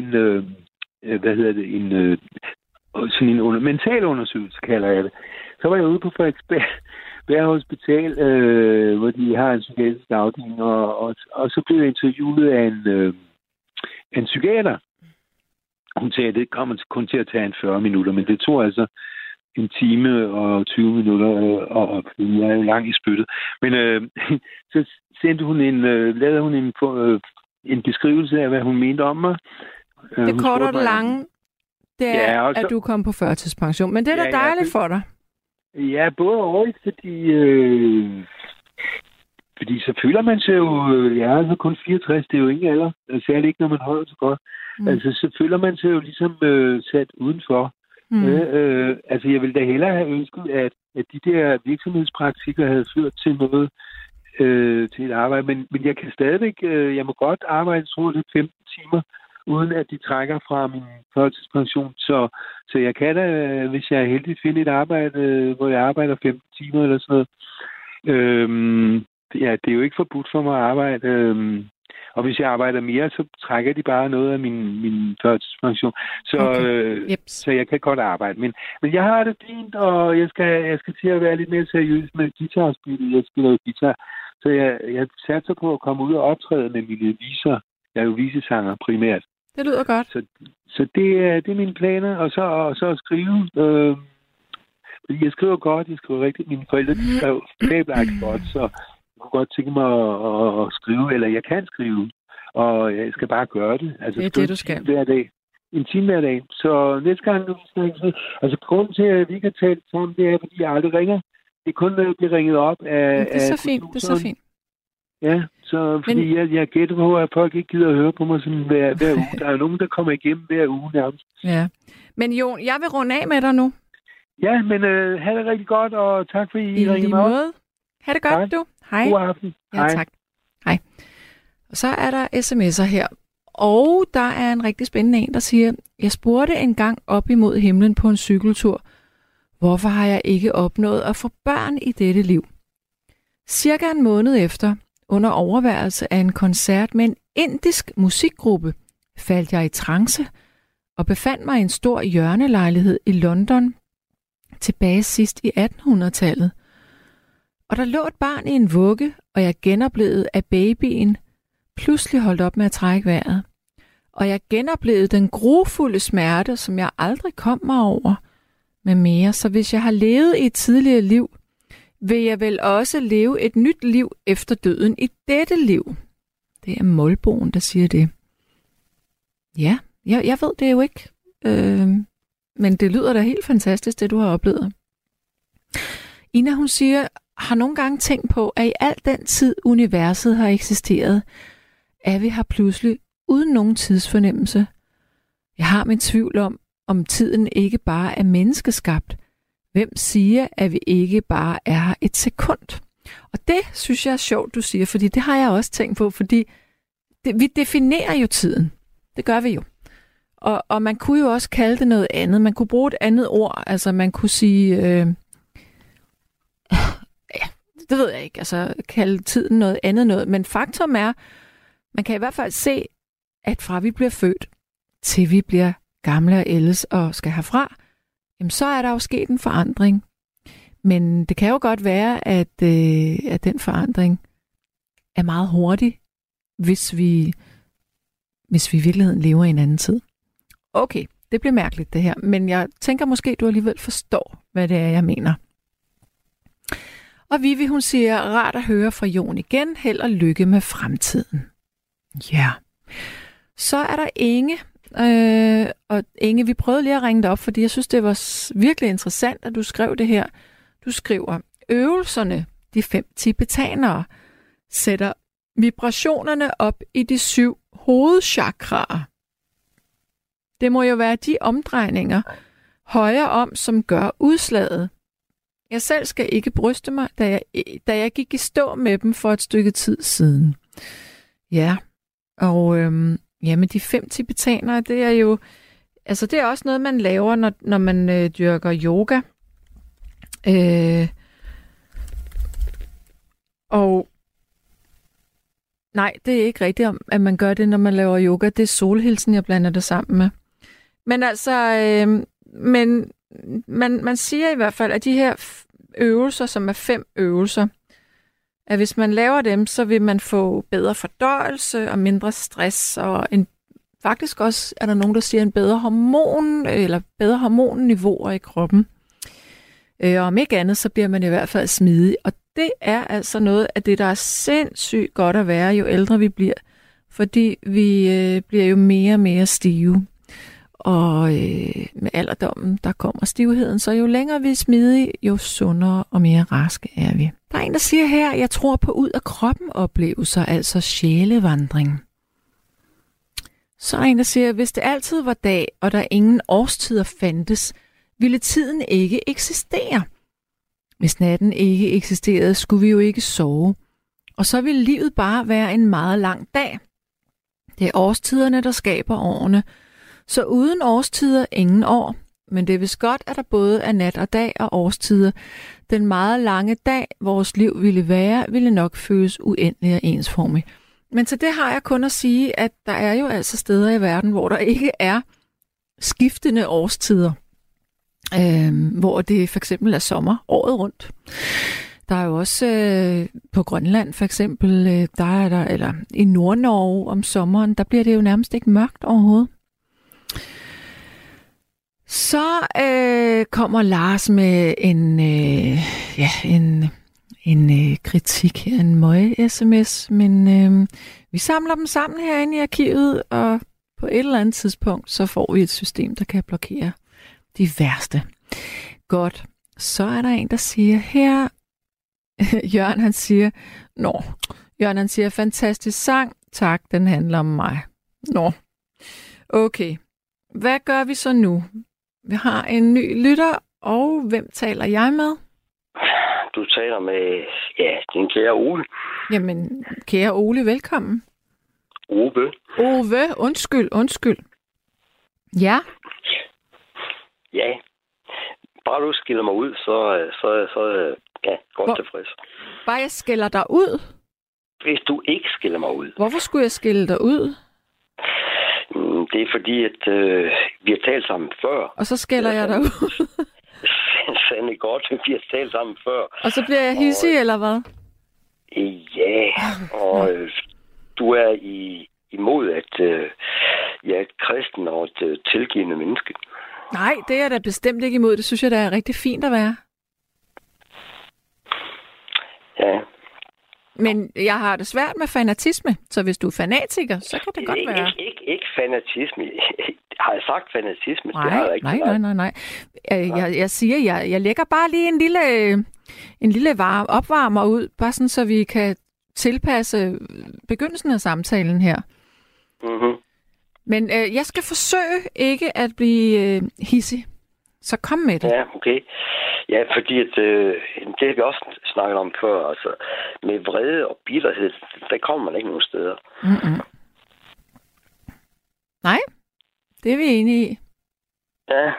sådan en mental undersøgelse, kalder jeg det. Så var jeg ude på Frederiksberg Hospital, hvor de har en psykiatrisk afdeling, og så blev jeg interviewet af en psykiater. Hun sagde, at det kommer kun til at tage 40 minutter, men det tog altså 1 time og 20 minutter, og jeg er jo lang i spyttet. Men så sendte hun lavede hun en beskrivelse af, hvad hun mente om mig. Det korte og det lange, det er, at du kom på førtidspension. Men det er da dejligt for dig. Ja, både og, fordi så føler man sig jo, jeg er altså kun 64, det er jo ingen alder, særligt ikke, når man holder så godt. Altså, så føler man sig jo ligesom sat udenfor. Altså, jeg ville da hellere have ønsket, at de der virksomhedspraktikker havde ført til noget, til et arbejde, men jeg kan stadigvæk, jeg må godt arbejde, tror jeg, 15 timer, uden at de trækker fra min førtidspension. Så jeg kan da, hvis jeg er heldig, finde et arbejde, hvor jeg arbejder 15 timer eller sådan noget. Det er jo ikke forbudt for mig at arbejde. Og hvis jeg arbejder mere, så trækker de bare noget af min førtidspension. Så jeg kan godt arbejde. Men jeg har det fint, og jeg skal til at være lidt mere seriøs med guitarspillet. Jeg spiller guitar. Så jeg satser på at komme ud og optræde med mine viser. Jeg er jo visesanger primært. Det lyder godt. Så det er mine planer, og så at skrive. Fordi jeg skriver godt, jeg skriver rigtigt. Mine forældre skrev fabelagtigt godt, så jeg kunne godt tænke mig at skrive, eller jeg kan skrive, og jeg skal bare gøre det. Altså, det er det, du skal. Hver dag. En time hver dag. Så næste gang, nu snakker, altså grunden til, at vi kan tale sammen, det er, fordi jeg aldrig ringer. Det er kun, når jeg bliver ringet op af... Det er så fint, det er så fint. Ja, så fordi jeg gætter på, at folk ikke gider at høre på mig sådan hver uge. Der er nogen, der kommer igennem hver uge nærmest. Ja. Men Jon, jeg vil runde af med dig nu. Ja, men have det rigtig godt, og tak fordi I ringede mig op. Ha' det godt, tak. Du. Hej. God aften. Ja, hej. Tak. Hej. Og så er der sms'er her. Og der er en rigtig spændende en, der siger, jeg spurgte engang op imod himlen på en cykeltur, hvorfor har jeg ikke opnået at få børn i dette liv? Cirka en måned efter, under overværelse af en koncert med en indisk musikgruppe, faldt jeg i trance og befandt mig i en stor hjørnelejlighed i London tilbage sidst i 1800-tallet. Og der lå et barn i en vugge, og jeg genoplevede, at babyen pludselig holdt op med at trække vejret. Og jeg genoplevede den grufulde smerte, som jeg aldrig kom mig over med mere. Så hvis jeg har levet i et tidligere liv, vil jeg vel også leve et nyt liv efter døden i dette liv. Det er Målboen, der siger det. Ja, jeg ved det jo ikke. Men det lyder da helt fantastisk, det du har oplevet. Ina, hun siger, har nogle gange tænkt på, at i al den tid universet har eksisteret, er vi her pludselig uden nogen tidsfornemmelse. Jeg har min tvivl om tiden ikke bare er menneskeskabt. Hvem siger, at vi ikke bare er her et sekund? Og det synes jeg er sjovt, du siger, fordi det har jeg også tænkt på, fordi vi definerer jo tiden. Det gør vi jo. Og man kunne jo også kalde det noget andet. Man kunne bruge et andet ord. Altså man kunne sige... ja, det ved jeg ikke. Altså kalde tiden noget andet noget. Men faktum er, man kan i hvert fald se, at fra vi bliver født, til vi bliver gamle og ældes og skal herfra, jamen så er der jo sket en forandring. Men det kan jo godt være, at den forandring er meget hurtig, hvis vi i virkeligheden lever i en anden tid. Okay, det bliver mærkeligt det her, men jeg tænker måske, du alligevel forstår, hvad det er, jeg mener. Og Vivi, hun siger, rart at høre fra Jon igen, held og lykke med fremtiden. Ja. Så er der Inge, og Inge, vi prøvede lige at ringe dig op, fordi jeg synes, det var virkelig interessant, at du skrev det her. Du skriver, øvelserne, de 5 tibetanere, sætter vibrationerne op i de 7 hovedchakraer. Det må jo være de omdrejninger højere om, som gør udslaget. Jeg selv skal ikke bryste mig, da jeg gik i stå med dem for et stykke tid siden. Ja, og med de 5 tibetanere, det er jo, altså det er også noget, man laver, når man dyrker yoga. Og nej, det er ikke rigtigt, at man gør det, når man laver yoga. Det er solhilsen, jeg blander det sammen med. Men altså, man siger i hvert fald, at de her øvelser, som er 5 øvelser, at hvis man laver dem, så vil man få bedre fordøjelse og mindre stress, og faktisk også er der nogen, der siger en bedre hormonniveauer i kroppen. Og om ikke andet, så bliver man i hvert fald smidig. Og det er altså noget af det, der er sindssygt godt at være, jo ældre vi bliver. Fordi vi bliver jo mere og mere stive. Og med alderdommen, der kommer stivheden. Så jo længere vi er smidige, jo sundere og mere raske er vi. Der er en, der siger her, jeg tror på ud af kroppen oplevelser, altså sjælevandring. Så er en, der siger, hvis det altid var dag, og der ingen årstider fandtes, ville tiden ikke eksistere. Hvis natten ikke eksisterede, skulle vi jo ikke sove. Og så ville livet bare være en meget lang dag. Det er årstiderne, der skaber årene. Så uden årstider, ingen år. Men det er vist godt, at der både er nat og dag og årstider. Den meget lange dag, vores liv ville være, ville nok føles uendelig og ensformig. Men til det har jeg kun at sige, at der er jo altså steder i verden, hvor der ikke er skiftende årstider. Hvor det for eksempel er sommer året rundt. Der er jo også på Grønland for eksempel, eller i Nordnorge om sommeren, der bliver det jo nærmest ikke mørkt overhovedet. Så kommer Lars med en kritik her, en møge-sms, men vi samler dem sammen herinde i arkivet, og på et eller andet tidspunkt, så får vi et system, der kan blokere de værste. Godt. Så er der en, der siger her, Jørgen han siger, fantastisk sang, tak, den handler om mig. Okay. Hvad gør vi så nu? Vi har en ny lytter, og hvem taler jeg med? Du taler med, din kære Ole. Jamen, kære Ole, velkommen. Ove, undskyld. Ja? Ja, bare du skiller mig ud, så godt tilfreds. Bare jeg skiller dig ud? Hvis du ikke skiller mig ud. Hvorfor skulle jeg skille dig ud? Det er fordi, at vi har talt sammen før. Og så skælder jeg dig ud. Sande godt, vi har talt sammen før. Og så bliver jeg hissig, eller hvad? Ja, og du er imod, at jeg er et kristen og et tilgivende menneske. Nej, det er jeg da bestemt ikke imod. Det synes jeg, der er rigtig fint at være. Ja. Men jeg har det svært med fanatisme, så hvis du er fanatiker, så kan det godt være. Ikke fanatisme. Har jeg sagt fanatisme? Det har jeg ikke. Nej. Jeg siger, jeg lægger bare lige en lille opvarmer ud, bare sådan, så vi kan tilpasse begyndelsen af samtalen her. Mhm. Men jeg skal forsøge ikke at blive hissig. Så kom med det. Ja, okay. Ja, fordi det har vi også snakket om før. Altså, med vrede og bitterhed, der kommer man ikke nogen steder. Mm-mm. Nej, det er vi enige i. Ja.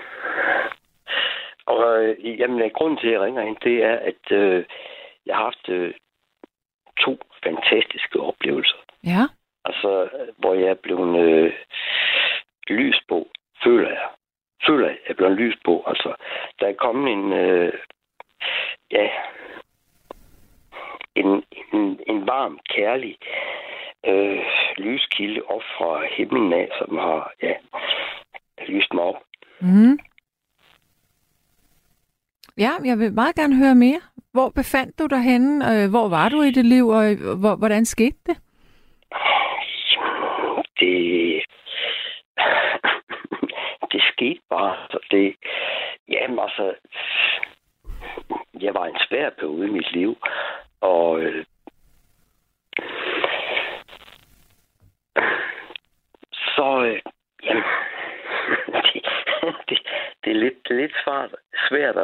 Og jamen, grunden til, at jeg ringer ind, det er, at jeg har haft 2 fantastiske oplevelser. Ja. Altså, hvor jeg er blevet lys på, føler jeg, jeg er blevet lys på. Altså, der er kommet en varm, kærlig lyskilde op fra himlen af, som har lyst mig op. Mm. Ja, jeg vil meget gerne høre mere. Hvor befandt du dig henne? Hvor var du i dit liv, og hvordan skete det? Det skete bare. Jeg var en svær periode i mit liv, og det er lidt svært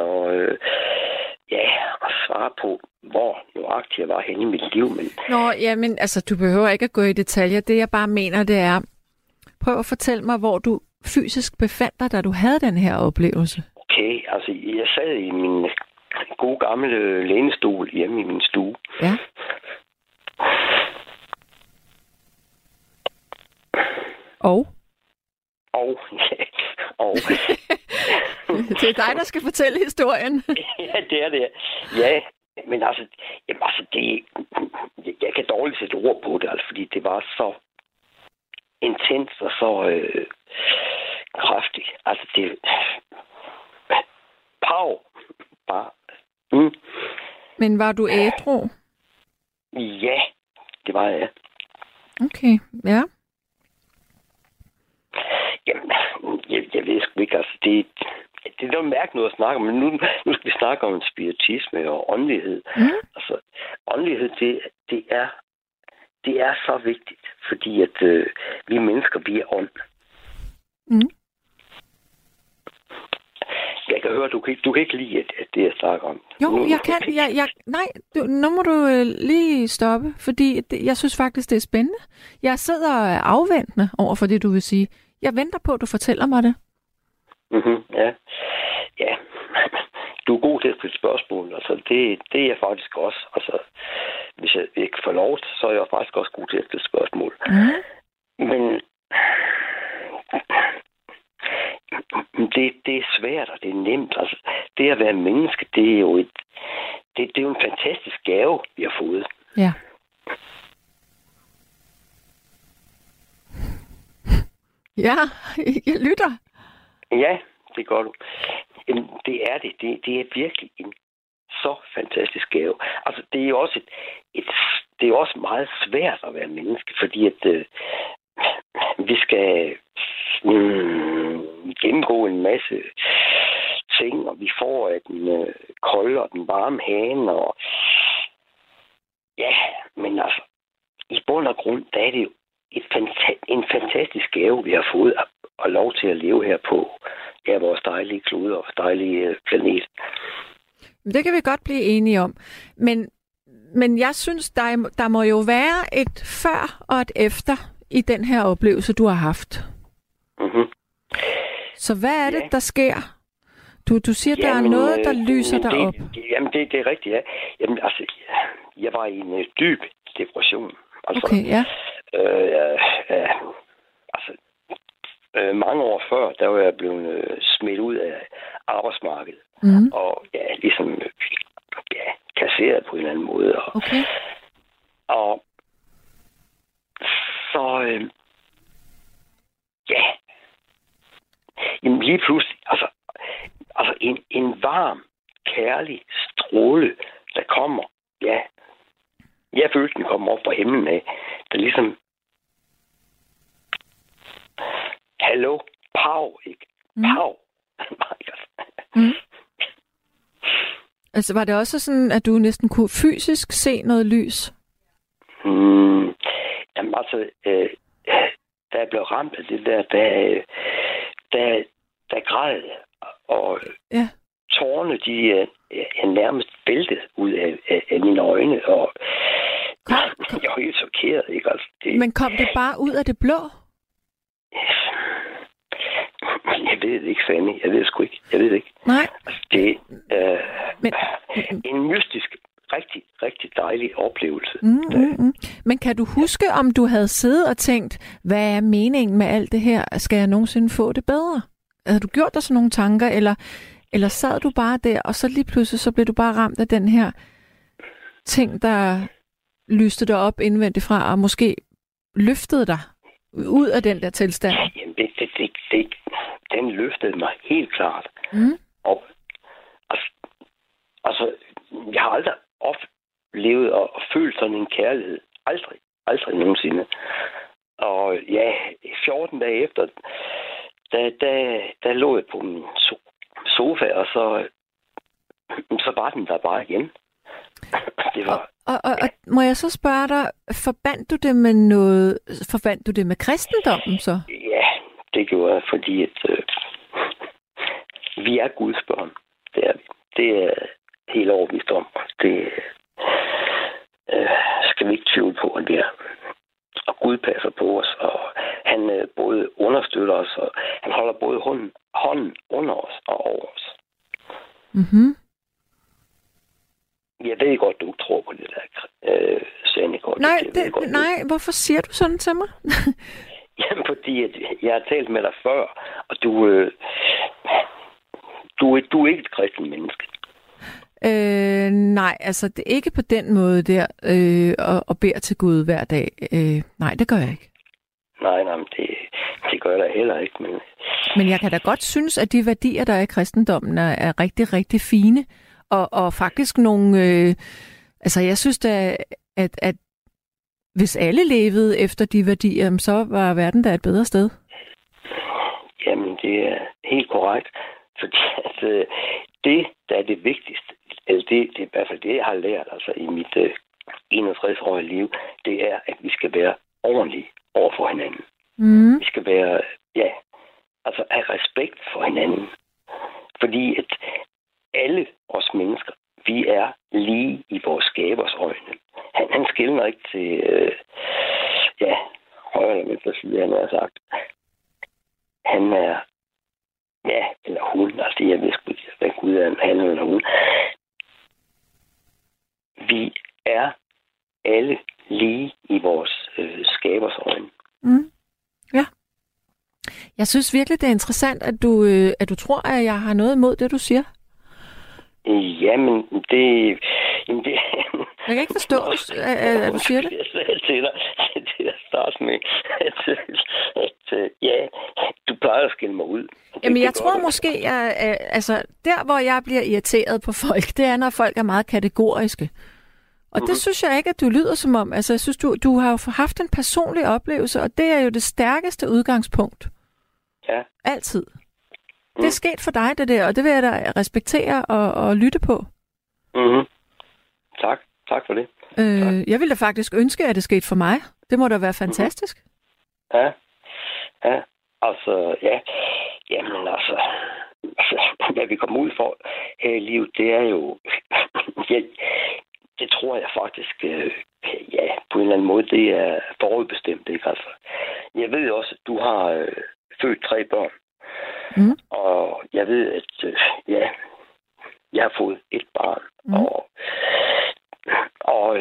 at svare på, hvor nøjagtigt jeg var henne i mit liv. Men... Nå, jamen, altså, du behøver ikke at gå i detaljer. Det, jeg bare mener, det er, prøv at fortælle mig, hvor du fysisk befandt dig, da du havde den her oplevelse. Okay, altså, jeg sad i min gode gamle lænestol hjemme i min stue. Ja. Og? Det er dig, der skal fortælle historien. Ja, det er det. Ja, men altså, jeg kan dårligt sætte ord på det, altså, fordi det var så intens og så kraftigt. Altså, det... Bare. Mm. Men var du ædru? Ja, det var jeg. Okay, ja. Jamen, jeg ved sgu ikke, altså, det er noget mærkeligt noget at snakke om, men nu skal vi snakke om spiritisme og åndelighed. Mm. Altså, åndelighed, det er så vigtigt, fordi at vi mennesker, vi er ånd. Mm. Jeg kan høre, du kan ikke lide, at det, jeg snakker om. Jo, jeg kan. Nej, nu må du lige stoppe, fordi jeg synes faktisk, det er spændende. Jeg sidder afventende over for det, du vil sige. Jeg venter på, at du fortæller mig det. Mm-hmm, ja. Du er god til at stille spørgsmål. Altså, det er jeg faktisk også. Altså, hvis jeg ikke får lov, så er jeg faktisk også god til at stille spørgsmål. Mm. Men det er svært, og det er nemt. Altså, det at være menneske, det er jo det er jo en fantastisk gave, vi har fået. Ja. Ja, jeg lytter. Ja, det gør du. Det er det. Det er virkelig en så fantastisk gave. Altså, det er jo også det er også meget svært at være menneske, fordi at vi skal gennemgå en masse ting, og vi får den kolde og den varme hane, og ja, men altså, i bund og grund, der er det jo en fantastisk gave, vi har fået at lov til at leve her på vores dejlige klode og dejlige planet. Det kan vi godt blive enige om. Men jeg synes, der må jo være et før og et efter i den her oplevelse, du har haft. Mm-hmm. Så hvad er det, der sker? Du siger, der er noget, der lyser dig op. Jamen, det er rigtigt, ja. Jamen, altså, jeg var i en dyb depression. Altså, okay, ja. Altså, mange år før, der var jeg blevet smidt ud af arbejdsmarkedet. Og ja, ligesom kasseret på en eller anden måde. Okay. Og så, jamen lige pludselig, altså en varm, kærlig stråle, der kommer, jeg følte, den kommer op fra himlen af, der ligesom, hallo, pow, ikke? Pow. Altså, var det også sådan, at du næsten kunne fysisk se noget lys? Jamen altså, da jeg blev ramt af det der græd, og tårerne, de er nærmest væltet ud af mine øjne, og jeg var helt chokeret, ikke? Altså, Men kom det bare ud af det blå? Jeg ved det ikke, Fanny. Jeg ved det sgu ikke. Jeg ved det ikke. Nej. Det er en mystisk, rigtig, rigtig dejlig oplevelse. Men kan du huske, om du havde siddet og tænkt, hvad er meningen med alt det her? Skal jeg nogensinde få det bedre? Havde du gjort dig sådan nogle tanker, eller sad du bare der, og så lige pludselig, så blev du bare ramt af den her ting, der lyste dig op indvendigt fra, og måske løftede dig ud af den der tilstand? Jamen, den løftede mig helt klart op. Altså, jeg har aldrig oplevet og følt sådan en kærlighed. Aldrig nogensinde. Og 14 dage efter, der lå jeg på min sofa, og så var den der bare igen. Det var... Og må jeg så spørge dig, forbandt du det med noget? Forbandt du det med kristendommen så? Ja, det gjorde jeg, fordi at vi er Guds børn. Det er vi. Det er helt overbevist om. Det skal vi ikke tvivle på, at vi er. Og Gud passer på os, og han både understøtter os, og han holder både hånden under os og over os. Jeg ved godt, du ikke tror på det der, Sannikort. Nej, hvorfor siger du sådan til mig? Jamen, fordi jeg har talt med dig før, og du er ikke et kristent menneske. Nej, altså det er ikke på den måde der, og beder til Gud hver dag. Nej, det gør jeg ikke. Nej, men det gør jeg heller ikke. Men jeg kan da godt synes, at de værdier, der er i kristendommen, er rigtig, rigtig fine. Og faktisk nogle... altså, jeg synes da, at hvis alle levede efter de værdier, så var verden da et bedre sted. Jamen, det er helt korrekt. Fordi at, det, der er det vigtigste, eller det er i hvert fald det, jeg har lært altså, i mit 61-årige liv, det er, at vi skal være ordentlige over for hinanden. Vi skal være, altså have respekt for hinanden. Fordi at alle os mennesker, vi er lige i vores skabers øjne. Han skelner ikke til, højre eller venstre side, han har sagt. Han er, eller hun, altså jeg ved sgu ikke, hvad Gud er, han eller hun. Vi er alle lige i vores skabers øjne. Ja. Jeg synes virkelig, det er interessant, at du tror, at jeg har noget imod det, du siger. Jamen, det... Jeg kan ikke forstå, at du siger det. Jeg sagde til dig, til at starte med, at du plejer at skille mig ud. Jamen, jeg tror måske, altså, der hvor jeg bliver irriteret på folk, det er, når folk er meget kategoriske. Og det synes jeg ikke, at du lyder som om. Altså, jeg synes, du har jo haft en personlig oplevelse, og det er jo det stærkeste udgangspunkt. Ja. Altid. Det er sket for dig, det der, og det vil jeg da respektere og lytte på. Tak for det. Jeg ville da faktisk ønske, at det skete for mig. Det må da være fantastisk. Ja. Altså, jamen altså, hvad vi kommer ud for her i livet, det er jo, det tror jeg faktisk, på en eller anden måde, det er forudbestemt, ikke altså. Jeg ved også, at du har født 3 børn. Og jeg ved, at jeg har fået 1 barn. Og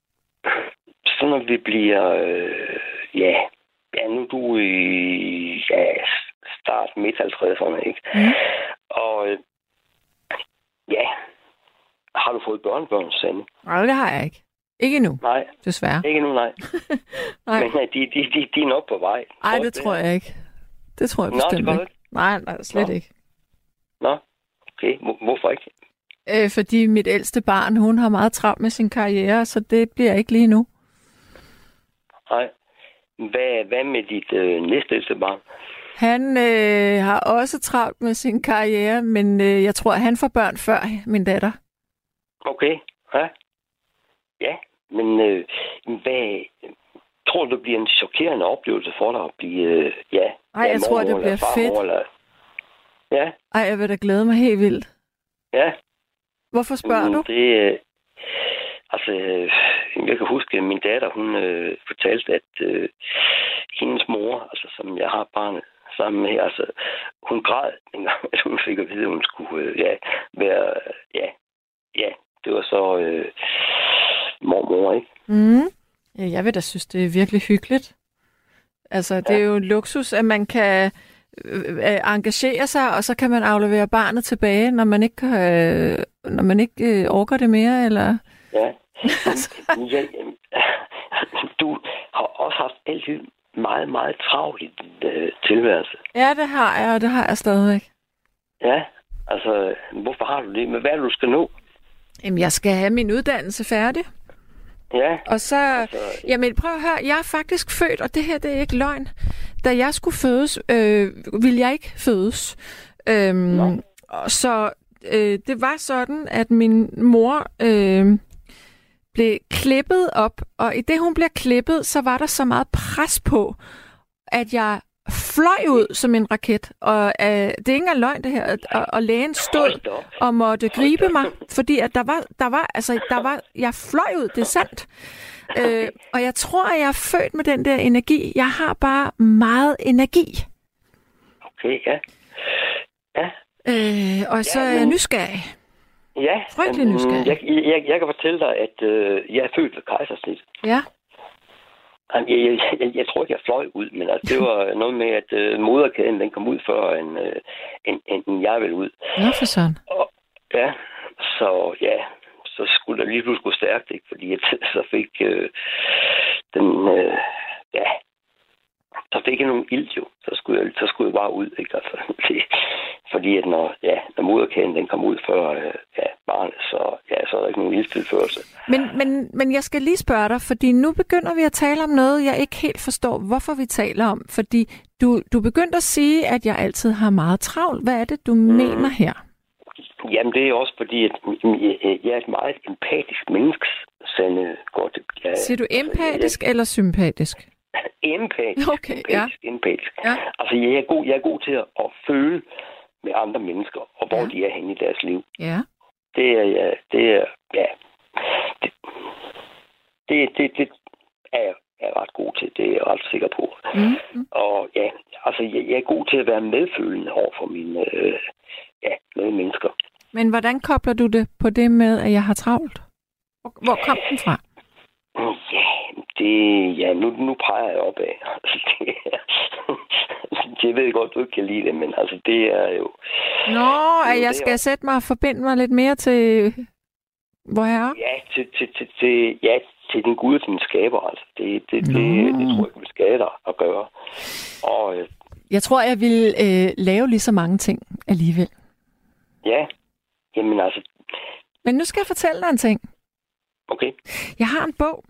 så når vi bliver, nu er du start midt 50'erne, ikke? Og ja, har du fået børnebørn, Sanne? Nej, det har jeg ikke. Ikke endnu. Nej. Desværre. Ikke endnu, nej. Nej. Men de er nok på vej. Nej, det tror jeg ikke. Det tror jeg bestemt ikke. Nej, slet ikke. Nå, okay. Hvorfor ikke? Fordi mit ældste barn, hun har meget travlt med sin karriere, så det bliver ikke lige nu. Nej. Hvad med dit næstældste barn? Han har også travlt med sin karriere, men jeg tror, at han får børn før min datter. Okay, ja. Ja, men hvad... Tror du, det bliver en chokerende oplevelse for dig at blive... Nej, jeg tror, det bliver fedt. Eller... Ja. Ej, jeg vil da glæde mig helt vildt. Ja. Hvorfor spørger du? Det... Altså, jeg kan huske, at min datter, hun fortalte, at hendes mor, altså som jeg har barnet sammen med her, altså, hun græd dengang, at hun fik at vide, at hun skulle være... Ja, det var så mormor, ikke? Mm. Ja, jeg vil da synes, det er virkelig hyggeligt. Altså, det er jo en luksus, at man kan engagere sig, og så kan man aflevere barnet tilbage, når man ikke orker det mere, eller... Ja. Du har også haft altid meget, meget travlt i din tilværelse. Ja, det har jeg, og det har jeg stadigvæk. Ja, altså, hvorfor har du det? Men hvad er det, du skal nå? Jamen, jeg skal have min uddannelse færdig. Ja. Og så... Altså, jamen, prøv at høre, jeg er faktisk født, og det her, det er ikke løgn. Da jeg skulle fødes, ville jeg ikke fødes. Så det var sådan, at min mor... blev klippet op, og i det hun bliver klippet, så var der så meget pres på, at jeg fløj ud som en raket. Og det er ikke engang løgn det her, og lægen stod og måtte gribe mig, fordi at jeg fløj ud, det er sandt. Og jeg tror, at jeg er født med den der energi. Jeg har bare meget energi. Okay, ja. Ja. Og så er jeg nysgerrig. Ja, jeg kan fortælle dig, at jeg er født ved kejsersnit. Ja. Jeg tror ikke, jeg fløj ud, men altså, det var noget med, at moderkæden den kom ud før, end jeg ville ud. Nå, for sådan. Ja, så skulle der lige pludselig gå stærkt, ikke? Fordi så fik så fik jeg nogen ild jo. Så skulle jeg bare ud, ikke? Altså, fordi at når moderkæden den kom ud før barnet, så er der ikke nogen ildtilførelse. Men jeg skal lige spørge dig, fordi nu begynder vi at tale om noget, jeg ikke helt forstår, hvorfor vi taler om. Fordi du begyndte at sige, at jeg altid har meget travlt. Hvad er det, du mener her? Jamen, det er også fordi, at jeg er et meget empatisk menneske, Sanne. Godt. Siger du empatisk eller sympatisk? Empatisk. Okay, empatisk. Ja. Altså, jeg er god til at føle med andre mennesker, og hvor de er henne i deres liv. Ja. Det er jeg ret god til. Det er jeg ret sikker på. Mm-hmm. Og ja, altså, jeg er god til at være medfølende over for mine medmennesker. Men hvordan kobler du det på det med, at jeg har travlt? Hvor kom den fra? Nu peger jeg opad. Altså, det ved jeg godt, du ikke kan lide det, men altså, det er jo... Nå, jeg skal sætte mig og forbinde mig lidt mere til... Hvor jeg er? Ja, til din Gud og din skaber, altså. Det tror jeg, vi skal dig at gøre. Og, jeg tror, jeg vil lave lige så mange ting alligevel. Ja, jamen altså... Men nu skal jeg fortælle dig en ting. Okay. Jeg har en bog,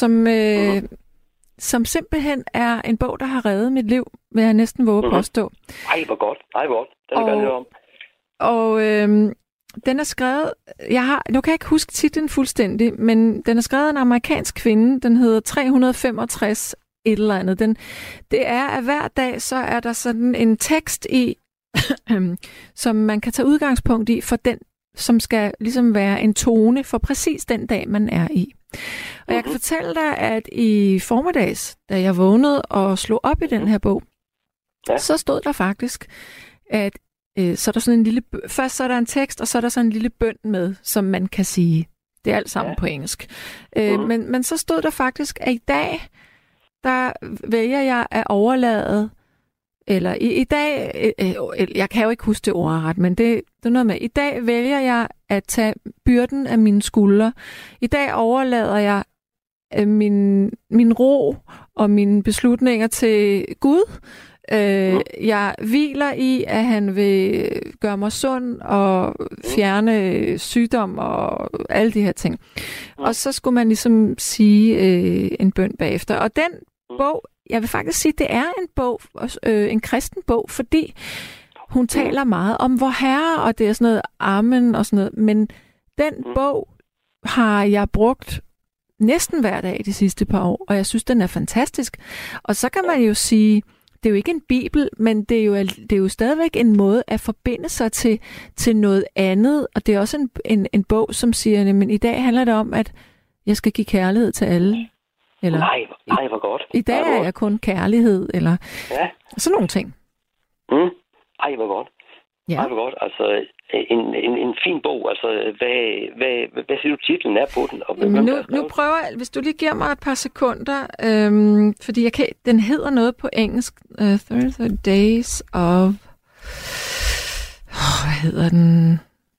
som simpelthen er en bog, der har reddet mit liv, vil jeg næsten våge påstå. Ej, hvor godt. Det vil jeg gerne høre om. Og den er skrevet... Nu kan jeg ikke huske titlen fuldstændig, men den er skrevet af en amerikansk kvinde. Den hedder 365 et eller andet. Det er, at hver dag, så er der sådan en tekst i, som man kan tage udgangspunkt i for den, som skal ligesom være en tone for præcis den dag, man er i. Og jeg kan fortælle dig, at i formiddags, da jeg vågnede og slog op i den her bog, så stod der faktisk, at så er der sådan en lille... Først så er der en tekst, og så er der sådan en lille bøn med, som man kan sige. Det er alt sammen på engelsk. Men så stod der faktisk, at i dag, der vælger jeg at overlade eller i dag, jeg kan jo ikke huske det ordret, men det er noget med, i dag vælger jeg at tage byrden af mine skuldre. I dag overlader jeg min ro og mine beslutninger til Gud. Jeg hviler i, at han vil gøre mig sund og fjerne sygdom og alle de her ting. Og så skulle man ligesom sige en bøn bagefter. Og den bog, jeg vil faktisk sige, det er en bog, en kristen bog, fordi hun taler meget om vor Herre, og det er sådan noget amen og sådan noget. Men den bog har jeg brugt næsten hver dag de sidste par år, og jeg synes, den er fantastisk. Og så kan man jo sige, det er jo ikke en bibel, men det er jo stadigvæk en måde at forbinde sig til noget andet, og det er også en bog, som siger, men i dag handler det om, at jeg skal give kærlighed til alle. Eller, nej, hvor godt. I dag er jeg kun kærlighed, eller sådan nogle ting. Ej, hvor godt. Ja. Ej, hvor godt. Altså, en fin bog. Altså, hvad siger du, titlen er på den? Og nu prøver jeg, hvis du lige giver mig et par sekunder, fordi den hedder noget på engelsk. 30 Days of... hvad hedder den?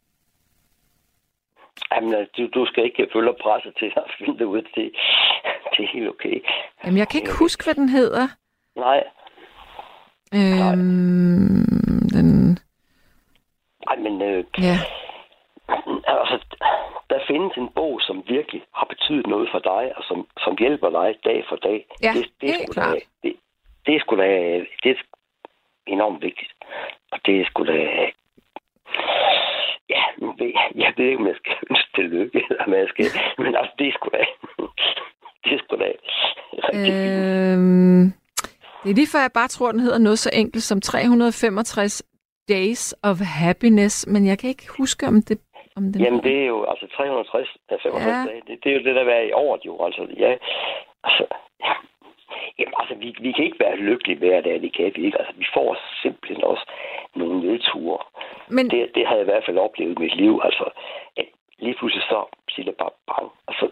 Jamen, du skal ikke følge presset til at finde det ud. Det er helt okay. Jamen, jeg kan ikke huske, hvad den hedder. Nej. Den... Ej, men ja. Altså, der findes en bog, som virkelig har betydet noget for dig, og som hjælper dig dag for dag. Ja, det er klart. Det er sgu da enormt vigtigt. Og det er sgu da... Ja, jeg ved ikke, om jeg skal ønske til lykke, eller hvad jeg skal... Men altså, det er sgu da... Det er sgu da rigtig fint. Det er lige før, jeg bare tror, den hedder noget så enkelt som 365 Days of Happiness, men jeg kan ikke huske, om den... Jamen, det er jo altså 365 dage. Det er jo det, der er i året, jo. Altså, ja. Altså, ja. Jamen, altså, vi kan ikke være lykkelige hver dag, det kan vi ikke. Altså, vi får simpelthen også nogle nedture. Men... Det har jeg i hvert fald oplevet i mit liv. Altså, at lige pludselig så siger det bare bang. Altså,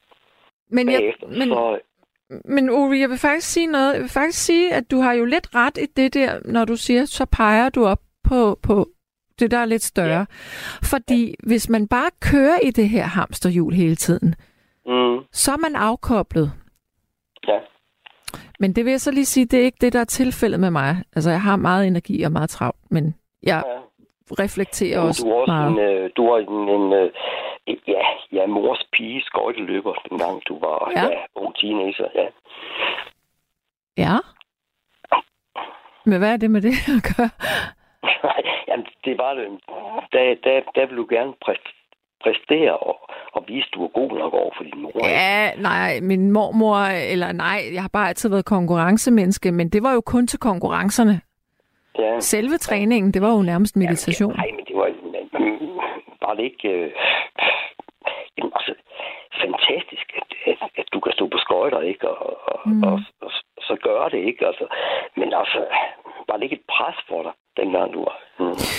Men Uri, jeg vil faktisk sige noget. Jeg vil faktisk sige, at du har jo lidt ret i det der, når du siger, så peger du op på det, der er lidt større. Ja. Fordi hvis man bare kører i det her hamsterhjul hele tiden, så er man afkoblet. Ja. Men det vil jeg så lige sige, det er ikke det, der er tilfældet med mig. Altså, jeg har meget energi og meget travlt, men jeg reflekterer også meget. Du var en mors pige skøjteløber, dengang du var ung teenager. Ja. Ja. Men hvad er det med det at gøre? Jamen, det var det. Der vil du gerne præstere og vise, at du er god nok over for din mor. Ja, nej, min mormor, jeg har bare altid været konkurrencemenneske, men det var jo kun til konkurrencerne. Ja. Selve træningen, det var jo nærmest meditation. Nej, men det var bare ikke... altså, fantastisk, at du kan stå på skøjter, ikke? Og så gør det, ikke? Altså, men altså, var det ikke et pres for dig, dengang du var...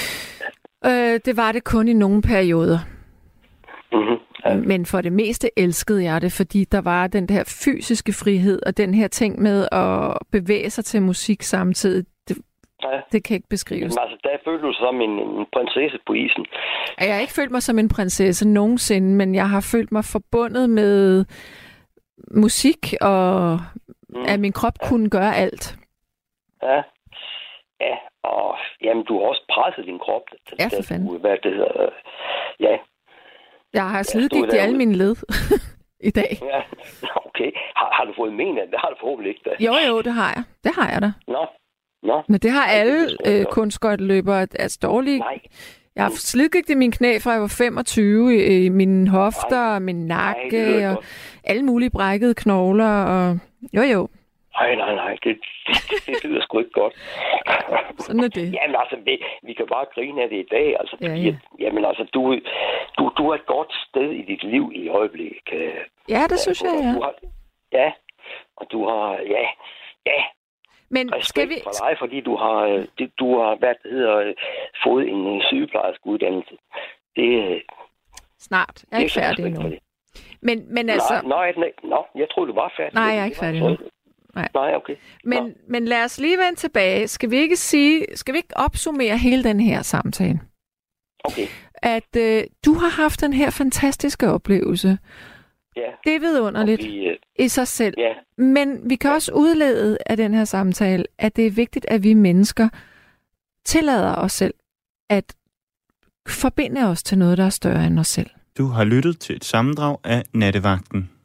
Det var det kun i nogle perioder. Mm-hmm. Ja. Men for det meste elskede jeg det, fordi der var den der fysiske frihed, og den her ting med at bevæge sig til musik samtidig. Det kan ikke beskrives. Men altså, der følte du sig som en prinsesse på isen. Jeg har ikke følt mig som en prinsesse nogensinde, men jeg har følt mig forbundet med musik, og at min krop kunne gøre alt. Ja. Ja, og jamen, du har også presset din krop. Ja, for fanden. Hvad det hedder. Ja. Jeg har slidgigt i alle mine led i dag. Ja, okay. Har du fået men af det? Har du forhåbentlig ikke det? Jo, det har jeg. Det har jeg da. Nå. Men det har alle kunstskøjteløbere. Altså dårlige. Nej. Jeg har slidgigt i mine knæ fra jeg var 25, i mine hofter og min nakke og alle mulige brækkede knogler. Og... Jo. Nej. Det lyder sgu ikke godt. Sådan er det. Jamen altså, vi kan bare grine af det i dag. Altså, ja. Jamen altså, du er et godt sted i dit liv i øjeblikket. Ja, det synes jeg, ja. Ja, og du har, ja. Men skal vi... for dig, fordi du har, fået en sygeplejerskeuddannelse. Det snart. Jeg er ikke færdig endnu. Men altså... Nå, jeg troede, du var færdig. Nej, jeg er ikke færdig endnu. Nej, okay. Men lad os lige vende tilbage. Skal vi ikke opsummere hele den her samtale? Okay. At du har haft den her fantastiske oplevelse. Ja. Det er vidunderligt i sig selv. Ja. Men vi kan også udlede af den her samtale, at det er vigtigt, at vi mennesker tillader os selv at forbinde os til noget, der er større end os selv. Du har lyttet til et sammendrag af Nattevagten.